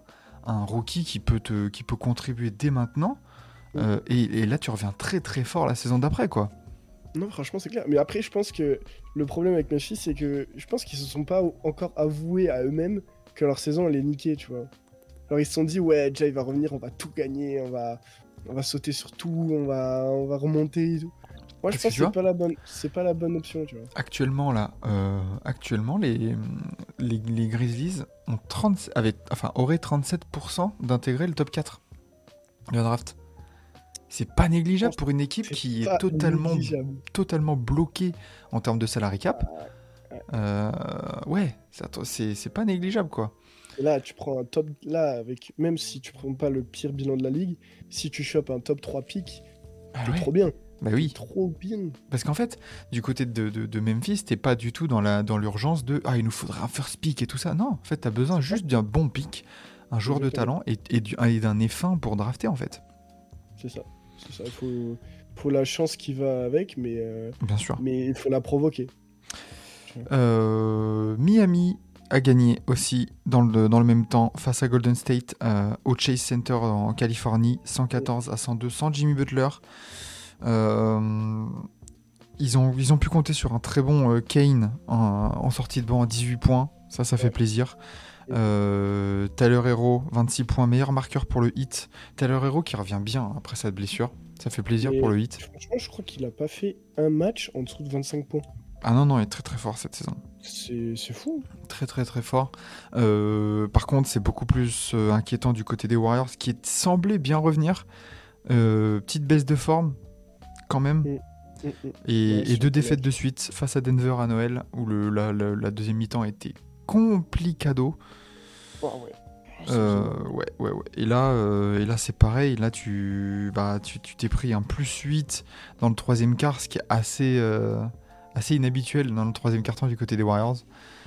un rookie qui peut contribuer dès maintenant. Et là, tu reviens très très fort la saison d'après, quoi. Non, franchement, c'est clair. Mais après, je pense que le problème avec Memphis, c'est que je pense qu'ils se sont pas encore avoués à eux-mêmes que leur saison, elle est niquée, tu vois. Alors, ils se sont dit, ouais, Jay va revenir, on va tout gagner, on va sauter sur tout, on va remonter et tout. Moi, je pense que c'est pas la bonne option, tu vois. Actuellement, les Grizzlies auraient 37% d'intégrer le top 4 de la draft. C'est pas négligeable pour une équipe qui est totalement bloquée en termes de salary cap. Ouais, c'est pas négligeable, quoi. Et là, tu prends un top... Là, même si tu prends pas le pire bilan de la ligue, si tu chopes un top 3 pick, t'es trop bien. Bah oui. Trop bien. Parce qu'en fait, du côté de Memphis, t'es pas du tout dans l'urgence de il nous faudrait un first pick et tout ça. Non, en fait, t'as besoin juste d'un bon pick, un joueur de talent et d'un F1 pour drafter, en fait. C'est ça. Il faut la chance qui va avec, mais bien sûr. Mais il faut la provoquer. Miami a gagné aussi dans le même temps face à Golden State au Chase Center en Californie, 114-102, sans Jimmy Butler. Ils ont pu compter sur un très bon Kane en sortie de banc à 18 points. Ça fait plaisir. Tyler Hero, 26 points, meilleur marqueur pour le Heat. Tyler Hero qui revient bien après cette blessure. Ça fait plaisir pour le Heat. Franchement, je crois qu'il a pas fait un match en dessous de 25 points. Ah non, il est très très fort cette saison. C'est fou. Très très très fort. Par contre, c'est beaucoup plus inquiétant du côté des Warriors qui semblait bien revenir. Petite baisse de forme quand même. Et 2 défaites de suite face à Denver à Noël où la deuxième mi-temps a été complicado. Ouais. Et là c'est pareil. Là tu t'es pris un +8 dans le troisième quart, ce qui est assez inhabituel dans le troisième quart-temps du côté des Warriors.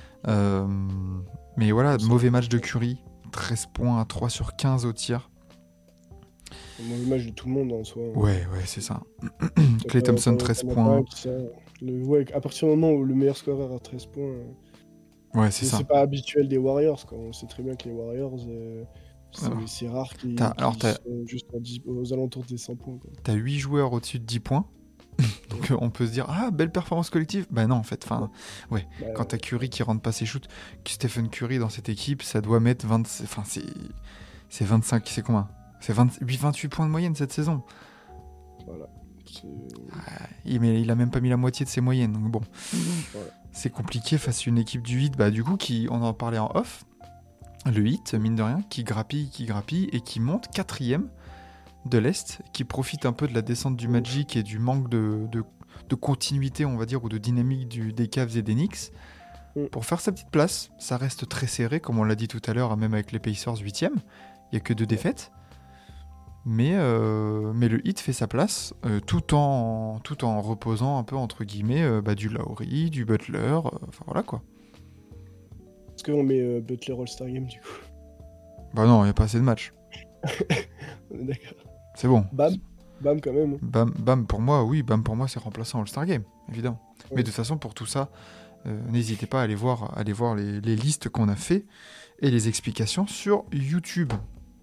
Mais voilà, mauvais match de Curry, 13 points à 3 sur 15 au tir. Mauvais match de tout le monde en soi. Ouais, c'est ça. Klay Thompson, 13 points. À partir du moment où le meilleur scoreur a 13 points, ouais, c'est ça. C'est pas habituel des Warriors, quoi. On sait très bien que les Warriors, c'est rare qu'ils soient juste aux alentours des 100 points. Quoi. T'as 8 joueurs au-dessus de 10 points. Donc on peut se dire, belle performance collective. Bah non, en fait, quand t'as Curry qui rentre pas ses shoots, Stephen Curry dans cette équipe, ça doit mettre 20... c'est 25, c'est combien ? C'est 28 points de moyenne cette saison. Voilà. Mais il a même pas mis la moitié de ses moyennes, donc bon. Voilà. C'est compliqué face à une équipe du Heat, du coup, on en parlait en off, le Heat, mine de rien, qui grappille et qui monte 4e de l'Est, qui profite un peu de la descente du Magic et du manque de continuité, on va dire, ou de dynamique des Cavs et des Knicks, pour faire sa petite place. Ça reste très serré, comme on l'a dit tout à l'heure, même avec les Pacers 8e, il n'y a que 2 défaites. Mais le Heat fait sa place tout en reposant un peu entre guillemets du Lowry, du Butler, enfin voilà quoi. Est-ce qu'on met Butler All-Star Game du coup ? Bah non, il n'y a pas assez de matchs. On est d'accord. C'est bon. Bam quand même. Bam pour moi, oui, Bam pour moi c'est remplaçant All-Star Game, évidemment. Ouais. Mais de toute façon pour tout ça, n'hésitez pas à aller voir les listes qu'on a fait et les explications sur YouTube.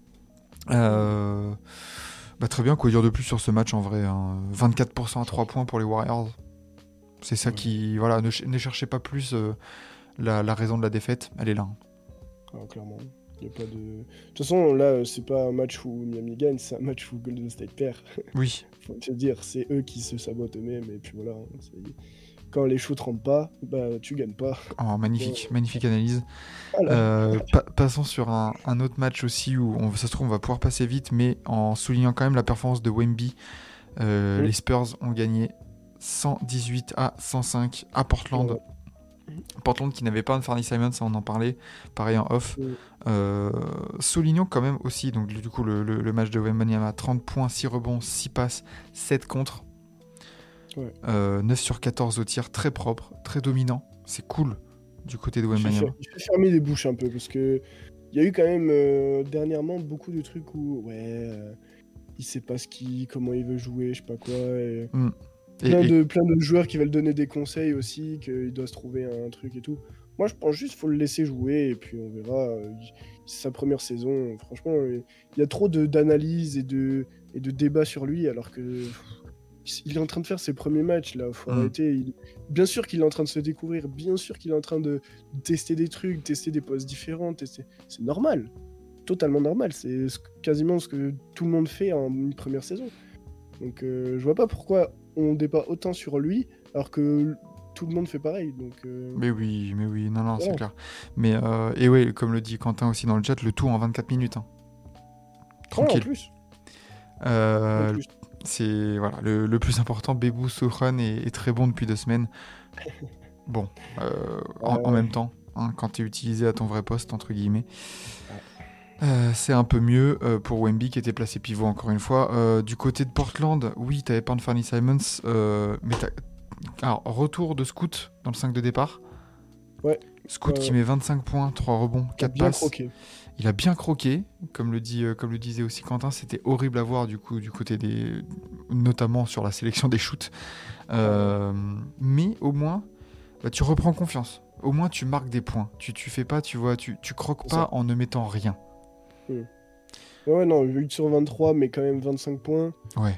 Très bien, quoi dire de plus sur ce match en vrai, hein. 24% à 3 points pour les Warriors. C'est ça qui... Voilà, ne cherchez pas plus la raison de la défaite, elle est là. Clairement. Y a pas de... De toute façon, là, c'est pas un match où Miami gagne, c'est un match où Golden State perd. Oui. Faut te dire, c'est eux qui se sabotent eux-mêmes, et puis voilà. Quand les shoots rentrent pas, tu gagnes pas. Oh, magnifique analyse. Voilà. Passons sur un autre match aussi où ça se trouve on va pouvoir passer vite, mais en soulignant quand même la performance de Wemby. Les Spurs ont gagné 118-105 à Portland. Ouais. Portland qui n'avait pas Anthony Simons, ça on en parlait, pareil en off. Soulignons quand même aussi donc, du coup, le match de Wembanyama, 30 points, 6 rebonds, 6 passes, 7 contre. Ouais. 9 sur 14 au tir, très propre, très dominant. C'est cool du côté de Wembanyama. Il fait fermer les bouches un peu parce que il y a eu quand même dernièrement beaucoup de trucs où il sait pas comment il veut jouer, je sais pas quoi. Plein de joueurs qui veulent donner des conseils aussi, qu'il doit se trouver un truc et tout. Moi, je pense juste qu'il faut le laisser jouer et puis on verra. C'est sa première saison. Franchement, il y a trop d'analyses et de débats sur lui, alors que il est en train de faire ses premiers matchs là. Faut arrêter. Bien sûr qu'il est en train de se découvrir. Bien sûr qu'il est en train de tester des trucs, tester des postes différents. C'est normal. Totalement normal. C'est quasiment ce que tout le monde fait en une première saison. Donc, je vois pas pourquoi on débat autant sur lui, alors que tout le monde fait pareil. Donc, Mais oui, non, voilà. C'est clair. Mais, et oui, comme le dit Quentin aussi dans le chat, le tout en 24 minutes. Hein. Tranquille. En plus. C'est voilà, le plus important, Bebou Sohan est très bon depuis 2 semaines. Bon, en même temps, hein, quand tu es utilisé à ton vrai poste, entre guillemets, c'est un peu mieux pour Wemby qui était placé pivot encore une fois. Du côté de Portland, oui, tu n'avais pas Anthony Simons, mais alors, retour de Scoot dans le 5 de départ. Ouais. Scoot qui met 25 points, 3 rebonds, 4 passes. Croqué. Il a bien croqué, comme le disait aussi Quentin, c'était horrible à voir du côté notamment sur la sélection des shoots. Mais au moins, tu reprends confiance. Au moins, tu marques des points. Tu fais pas, tu croques pas en ne mettant rien. Ouais, non, 8 sur 23, mais quand même 25 points. Ouais.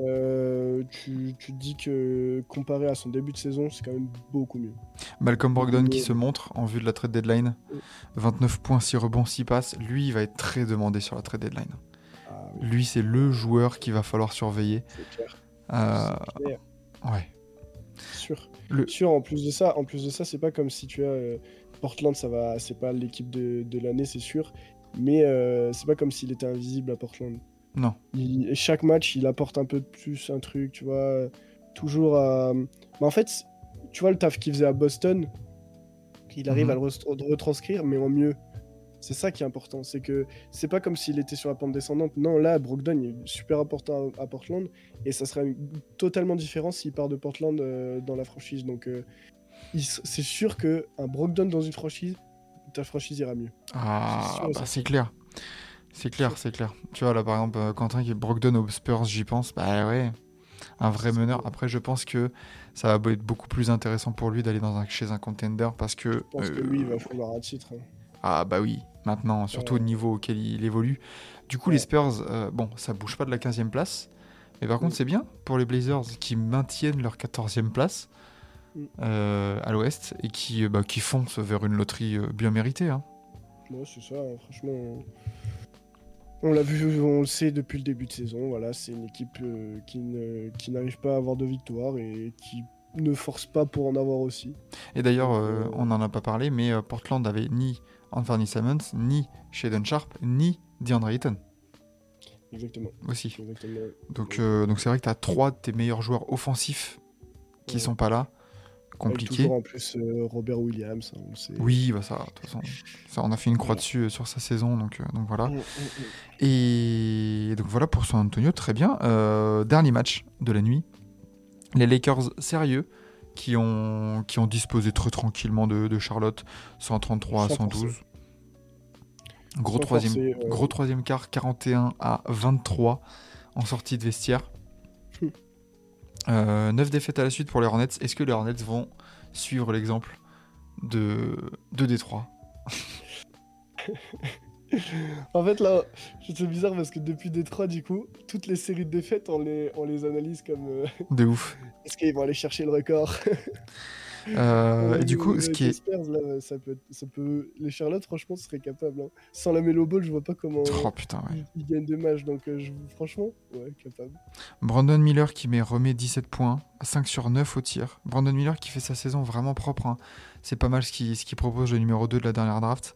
Tu te dis que comparé à son début de saison, c'est quand même beaucoup mieux. Malcolm Brogdon qui se montre en vue de la trade deadline. 29 points, 6 rebonds, 6 passes. Lui, il va être très demandé sur la trade deadline. Oui. Lui, c'est le joueur qu'il va falloir surveiller. C'est clair. C'est clair. Ouais. Sûr. En plus de ça, c'est pas comme si tu as Portland, c'est pas l'équipe de l'année, c'est sûr. Mais c'est pas comme s'il était invisible à Portland. Non. Chaque match, il apporte un peu de plus un truc, tu vois. Toujours à... Mais en fait, tu vois le taf qu'il faisait à Boston, il arrive à le retranscrire, mais en mieux. C'est ça qui est important. C'est que c'est pas comme s'il était sur la pente descendante. Non, là, Brogdon est super important à Portland. Et ça serait totalement différent s'il part de Portland dans la franchise. Donc, c'est sûr qu'un Brogdon dans une franchise, ta franchise ira mieux. C'est clair. C'est clair. Tu vois, là, par exemple, Quentin qui est Brogdon aux Spurs, j'y pense. Bah ouais, un vrai meneur. Après, je pense que ça va être beaucoup plus intéressant pour lui d'aller chez un contender parce que... Je pense que lui, il va falloir un titre. Ah bah oui, maintenant, surtout au niveau auquel il évolue. Du coup, les Spurs, ça bouge pas de la 15e place. Mais par contre, c'est bien pour les Blazers qui maintiennent leur 14e place à l'ouest et qui foncent vers une loterie bien méritée. Hein. Ouais, c'est ça, franchement... On l'a vu, on le sait depuis le début de saison. Voilà, c'est une équipe qui n'arrive pas à avoir de victoire et qui ne force pas pour en avoir aussi. Et d'ailleurs, on n'en a pas parlé, mais Portland avait ni Anthony Simons, ni Shaedon Sharpe, ni DeAndre Ayton. Exactement. Aussi. Exactement. Donc c'est vrai que tu as 3 de tes meilleurs joueurs offensifs qui sont pas là. Compliqué. Toujours en plus Robert Williams, on le sait. Oui, bah ça, de toute façon, ça, on a fait une croix dessus sur sa saison, donc voilà. Et donc voilà pour San Antonio, très bien. Dernier match de la nuit, les Lakers sérieux qui ont disposé très tranquillement de Charlotte, 133 à 112. Gros troisième quart, 41 à 23 en sortie de vestiaire. 9 défaites à la suite pour les Hornets. Est-ce que les Hornets vont suivre l'exemple de Détroit? En fait, là, c'est bizarre parce que depuis Détroit, du coup, toutes les séries de défaites, on les analyse comme... De ouf. Est-ce qu'ils vont aller chercher le record? Et du coup, ce qui est... Spurs, là, ça peut... Les Charlotte, franchement, seraient capables. Hein. Sans la Melo Ball, je vois pas comment ils gagnent de matchs. Donc, franchement, ouais, capable. Brandon Miller qui remet 17 points, 5 sur 9 au tir. Brandon Miller qui fait sa saison vraiment propre. Hein. C'est pas mal ce qu'il propose, le numéro 2 de la dernière draft.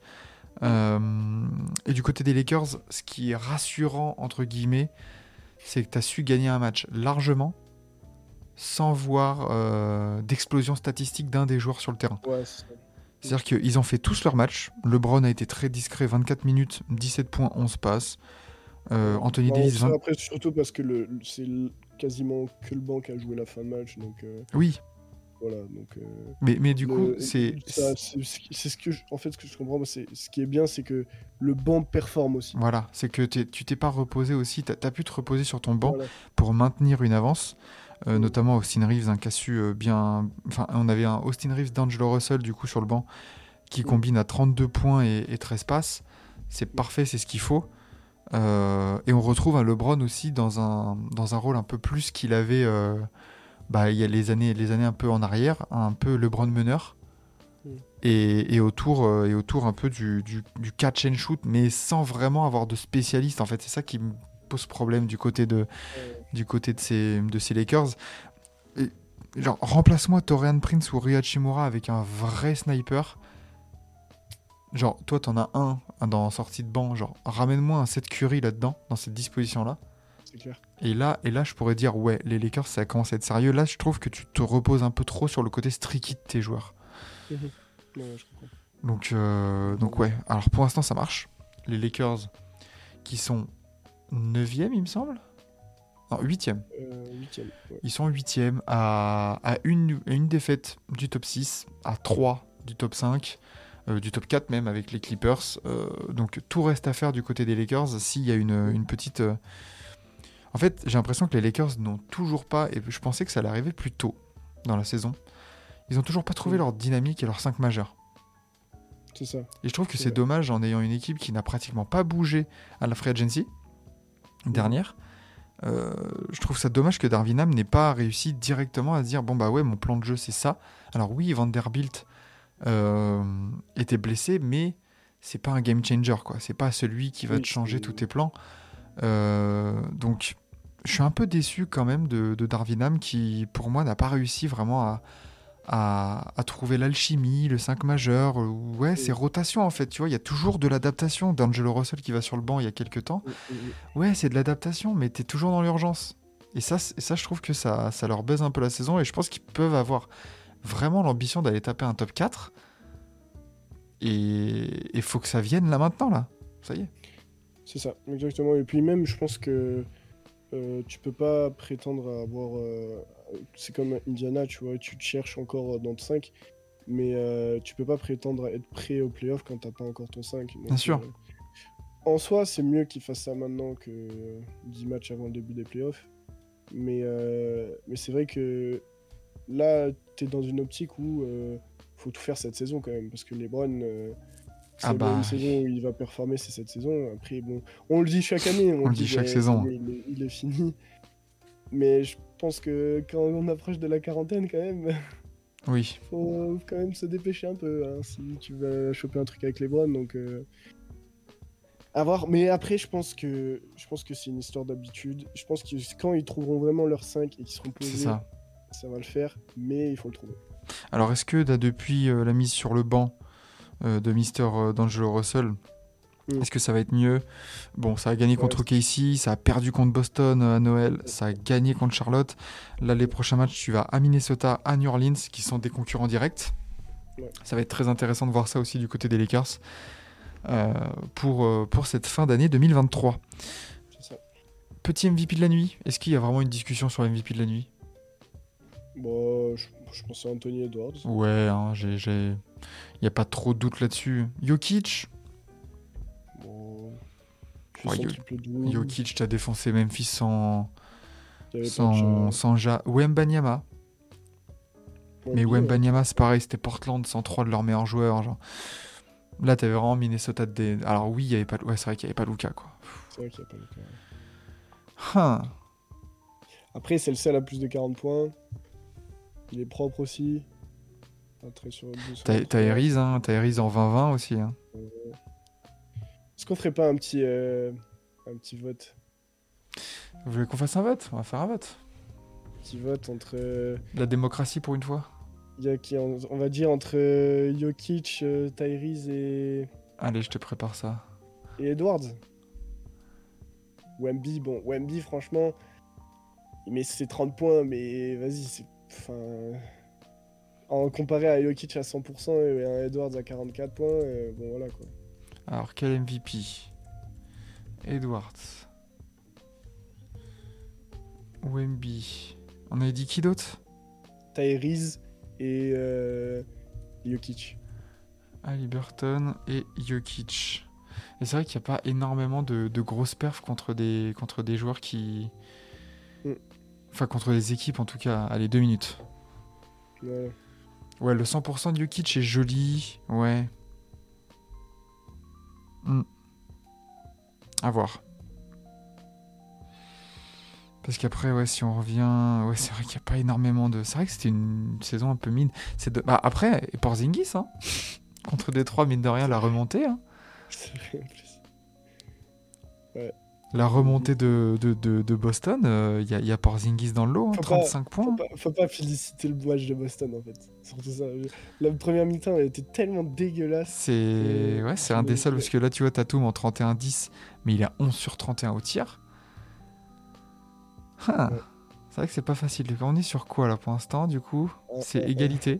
Et du côté des Lakers, ce qui est rassurant, entre guillemets, c'est que tu as su gagner un match largement sans voir d'explosion statistique d'un des joueurs sur le terrain. Ouais, c'est-à-dire qu'ils ont fait tous leur match. LeBron a été très discret, 24 minutes, 17 points, 11 passes. Anthony Davis... Après, surtout parce que c'est quasiment que le banc qui a joué la fin de match. Donc, oui. Voilà, donc, mais du coup, c'est ce que en fait, ce que je comprends, moi, c'est ce qui est bien, c'est que le banc performe aussi. Voilà, c'est que tu t'es pas reposé aussi, t'as pu te reposer sur ton banc pour maintenir une avance. notamment Austin Reeves, qui a su bien... Enfin, on avait un Austin Reeves, d'Angelo Russell, du coup, sur le banc, qui combine à 32 points et 13 passes. C'est parfait, c'est ce qu'il faut. Et on retrouve un LeBron aussi dans un rôle un peu plus qu'il avait il y a les années un peu en arrière, un peu LeBron meneur. Et autour un peu du catch and shoot, mais sans vraiment avoir de spécialiste. En fait, c'est ça qui me pose problème du côté de ces Lakers. Et, genre, remplace-moi Taurean Prince ou Rui Hachimura avec un vrai sniper. Genre, toi, t'en as un dans sortie de banc. Genre, ramène-moi un Seth Curry là-dedans, dans cette disposition-là. C'est clair. Et là, je pourrais dire, ouais, les Lakers, ça commence à être sérieux. Là, je trouve que tu te reposes un peu trop sur le côté streaky de tes joueurs. Ouais, je comprends. Donc ouais, alors pour l'instant ça marche. Les Lakers qui sont 9e il me semble. Non, 8e. 8e, ouais. Ils sont 8e à une défaite du top 6, à 3 du top 5, du top 4 même avec les Clippers. Donc tout reste à faire du côté des Lakers s'il y a une petite... En fait j'ai l'impression que les Lakers n'ont toujours pas, et je pensais que ça allait arriver plus tôt dans la saison, ils n'ont toujours pas trouvé leur dynamique et leurs 5 majeurs. C'est ça. Et je trouve que c'est dommage en ayant une équipe qui n'a pratiquement pas bougé à la Free Agency dernière. Je trouve ça dommage que Darvin Ham n'ait pas réussi directement à se dire bon bah ouais, mon plan de jeu c'est ça. Alors oui, Vanderbilt était blessé, mais c'est pas un game changer quoi. C'est pas celui qui va te changer tous tes plans. Donc je suis un peu déçu quand même de Darvin Ham qui pour moi n'a pas réussi vraiment à trouver l'alchimie, le 5 majeur. Ouais, c'est rotation en fait, tu vois, il y a toujours de l'adaptation. D'Angelo Russell qui va sur le banc il y a quelques temps. Ouais, c'est de l'adaptation, mais t'es toujours dans l'urgence. Et ça, je trouve que ça leur baise un peu la saison, et je pense qu'ils peuvent avoir vraiment l'ambition d'aller taper un top 4. Et il faut que ça vienne là maintenant, là. Ça y est. C'est ça, exactement. Et puis même, je pense que tu peux pas prétendre à avoir... c'est comme Indiana, tu vois, tu te cherches encore dans le 5, mais tu peux pas prétendre à être prêt au playoff quand t'as pas encore ton 5. Donc, bien sûr. En soi, c'est mieux qu'ils fassent ça maintenant que 10 matchs avant le début des playoffs. Mais c'est vrai que là, t'es dans une optique où faut tout faire cette saison quand même. Parce que LeBron, une saison où il va performer, c'est cette saison. Après, bon, on le dit chaque année. On le dit chaque saison. Il est fini. Mais je pense que quand on approche de la quarantaine, quand même, oui, faut quand même se dépêcher un peu hein, si tu vas choper un truc avec LeBron. Donc, à voir. Mais après, je pense que c'est une histoire d'habitude. Je pense que quand ils trouveront vraiment leur 5 et qu'ils seront posés, ça va le faire. Mais il faut le trouver. Alors, est-ce que depuis la mise sur le banc de Mister D'Angelo Russell, est-ce que ça va être mieux? Bon, ça a gagné contre KC, ça a perdu contre Boston à Noël, ça a gagné contre Charlotte. Là, les prochains matchs, tu vas à Minnesota, à New Orleans, qui sont des concurrents directs. Ça va être très intéressant de voir ça aussi du côté des Lakers pour cette fin d'année 2023. C'est ça. Petit MVP de la nuit, est-ce qu'il y a vraiment une discussion sur MVP de la nuit? Bon, je pense à Anthony Edwards. Ouais, hein, il n'y a pas trop de doute là-dessus. Jokic. Jokic, t'as défoncé Memphis sans Wembanyama. Mais Wembanyama, c'est pareil, c'était Portland sans 3 de leurs meilleurs joueurs. Genre. Là, t'avais vraiment Minnesota de... Alors oui, il y avait pas... Ouais, c'est vrai qu'il n'y avait pas Luka, quoi. C'est vrai qu'il n'y a pas Luka. Après, c'est le seul à plus de 40 points. Il est propre aussi. T'as Eris en 20-20 aussi. Hein. Est-ce qu'on ferait pas un petit vote? Vous voulez qu'on fasse un vote? On va faire un vote. Un petit vote entre... La démocratie pour une fois. Il y a qui, on va dire entre Jokic, Tyrese et... Allez, je te prépare ça. Et Edwards. Wemby, franchement, il met ses 30 points, mais vas-y, c'est... Enfin... En comparé à Jokic à 100% et à Edwards à 44 points, bon voilà quoi. Alors, quel MVP? Edwards. Wemby. On avait dit qui d'autre? Tyrese et Jokic. Haliburton et Jokic. Et c'est vrai qu'il n'y a pas énormément de grosses perfs contre des joueurs qui... Enfin, contre les équipes, en tout cas. Allez, 2 minutes. Ouais, le 100% de Jokic est joli. Ouais. À voir. Parce qu'après, ouais, si on revient... Ouais, c'est vrai qu'il n'y a pas énormément de... C'est vrai que c'était une saison un peu mine. Bah, après, et Porzingis, hein. Contre Détroit, mine de rien, la remontée. Hein. C'est vrai, en plus. Ouais. La remontée de Boston, il y a Porzingis dans le lot, hein, 35 points. Faut pas féliciter le match de Boston, en fait. Surtout ça. La première mi-temps, elle était tellement dégueulasse. C'est un des seuls, parce que là, tu vois, Tatum en 31-10, mais il a 11 sur 31 au tir. Ah, ouais. C'est vrai que c'est pas facile. On est sur quoi, là, pour l'instant, du coup ? C'est égalité.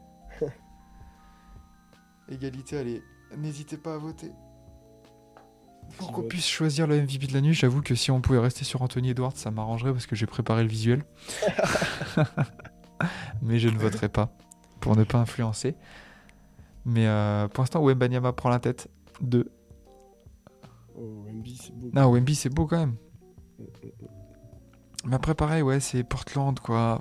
Égalité, allez, n'hésitez pas à voter. Pour qu'on puisse choisir le MVP de la nuit, j'avoue que si on pouvait rester sur Anthony Edwards, ça m'arrangerait parce que j'ai préparé le visuel. Mais je ne voterai pas pour ne pas influencer. Mais pour l'instant, Wembanyama prend la tête. 2. Oh, Wemby, c'est beau. Non, Wemby, c'est beau quand même. Mais après, pareil, ouais, c'est Portland, quoi.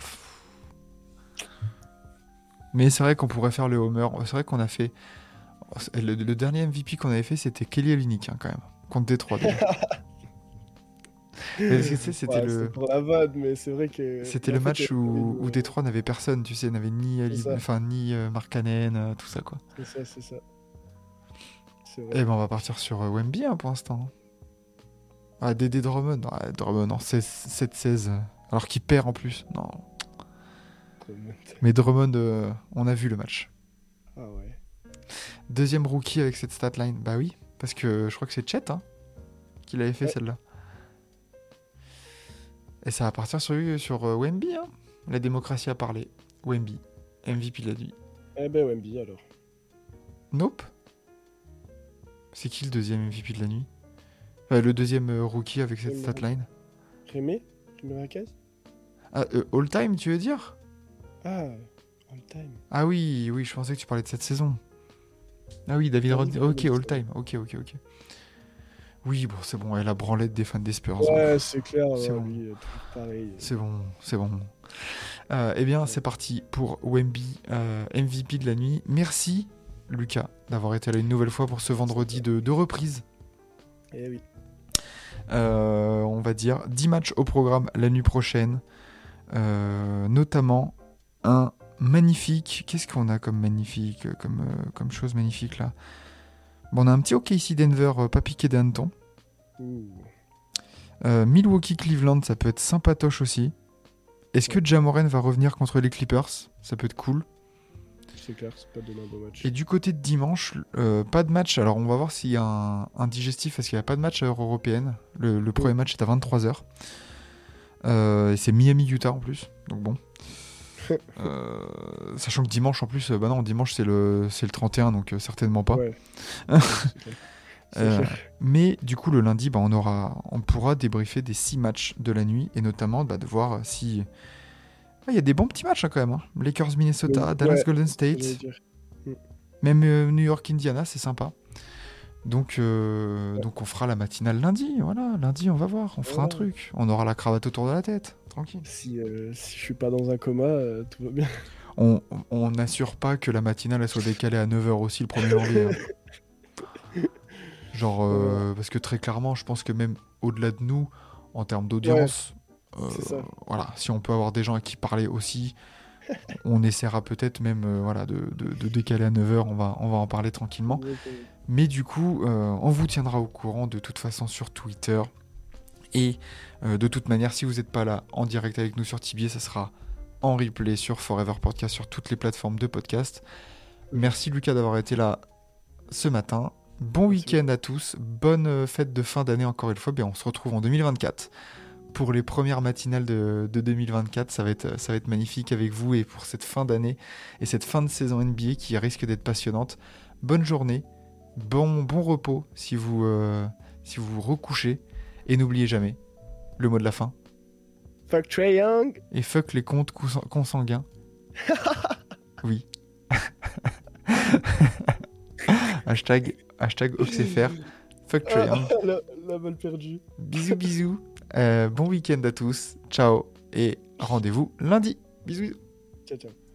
Mais c'est vrai qu'on pourrait faire le homer. C'est vrai qu'on a fait... Le dernier MVP qu'on avait fait, c'était Kelly Olynyk, hein, quand même. Contre Détroit, déjà. C'était c'est pour la vanne, mais c'est vrai que... C'était le match où Détroit n'avait personne, tu sais, n'avait ni Markkanen, tout ça, quoi. C'est ça. Et ben on va partir sur Wemby, hein, pour l'instant. Ah, Dédé Drummond. Ah, Drummond en 7-16. Alors qu'il perd en plus. Non. Mais Drummond, on a vu le match. Ah ouais. Deuxième rookie avec cette statline. Bah oui, parce que je crois que c'est Chet qui l'avait fait celle-là. Et ça va partir sur Wemby. Hein. La démocratie a parlé. Wemby. MVP de la nuit. Eh ben Wemby alors. Nope. C'est qui le deuxième MVP de la nuit ? Le deuxième rookie avec cette statline. Rémé Marquez ? Ah, all time, tu veux dire ? Ah, all time. Ah oui, je pensais que tu parlais de cette saison. Ah oui, David Rodney. Ok, all time. Ok. Oui, bon, c'est bon. La branlette des fans des Spurs. Ouais, c'est clair. C'est bon. Lui, pareil. C'est bon. Eh bien, c'est parti pour Wemby, MVP de la nuit. Merci, Lucas, d'avoir été là une nouvelle fois pour ce vendredi de reprise. Eh oui. On va dire 10 matchs au programme la nuit prochaine. Notamment un magnifique... Qu'est-ce qu'on a comme magnifique, comme chose magnifique là ? Bon, on a un petit OKC Denver pas piqué des hannetons. Milwaukee Cleveland, ça peut être sympatoche aussi. Est-ce que Ja Morant va revenir contre les Clippers ? Ça peut être cool. C'est clair, c'est pas demain beau match. Et du côté de dimanche, pas de match. Alors on va voir s'il y a un digestif parce qu'il n'y a pas de match à l'heure européenne. Le premier match est à 23h. Et c'est Miami-Utah en plus. Donc bon. Sachant que dimanche en plus, dimanche c'est le 31, donc certainement pas. Ouais. Mais du coup le lundi, on pourra débriefer des 6 matchs de la nuit et notamment de voir si il y a des bons petits matchs, hein, quand même. Hein. Lakers Minnesota, Dallas Golden State, même New York Indiana, c'est sympa. Donc on fera la matinale lundi. Voilà, lundi on va voir, on fera un truc. On aura la cravate autour de la tête, tranquille. Si je suis pas dans un coma, tout va bien. On n'assure pas que la matinale elle soit décalée à 9h aussi le 1er janvier. Hein. Genre, parce que très clairement, je pense que même au-delà de nous, en termes d'audience, voilà, si on peut avoir des gens à qui parler aussi, on essaiera peut-être même de décaler à 9h, on va en parler tranquillement. Mais du coup, on vous tiendra au courant de toute façon sur Twitter. Et de toute manière, si vous n'êtes pas là en direct avec nous sur Tibier, ça sera en replay sur Forever Podcast, sur toutes les plateformes de podcast. Merci Lucas d'avoir été là ce matin. Bon week-end à tous, bonne fête de fin d'année encore une fois. Bien, on se retrouve en 2024 pour les premières matinales de 2024. Ça va être magnifique avec vous et pour cette fin d'année et cette fin de saison NBA qui risque d'être passionnante. Bonne journée, bon repos si vous vous recouchez et n'oubliez jamais le mot de la fin. Fuck Trae Young et fuck les comptes consanguins. Oui. Hashtag Oxfr. Fuck Trae Young. La balle perdue. Bisous. Bon week-end à tous. Ciao. et rendez-vous lundi. Bisous. Ciao, ciao.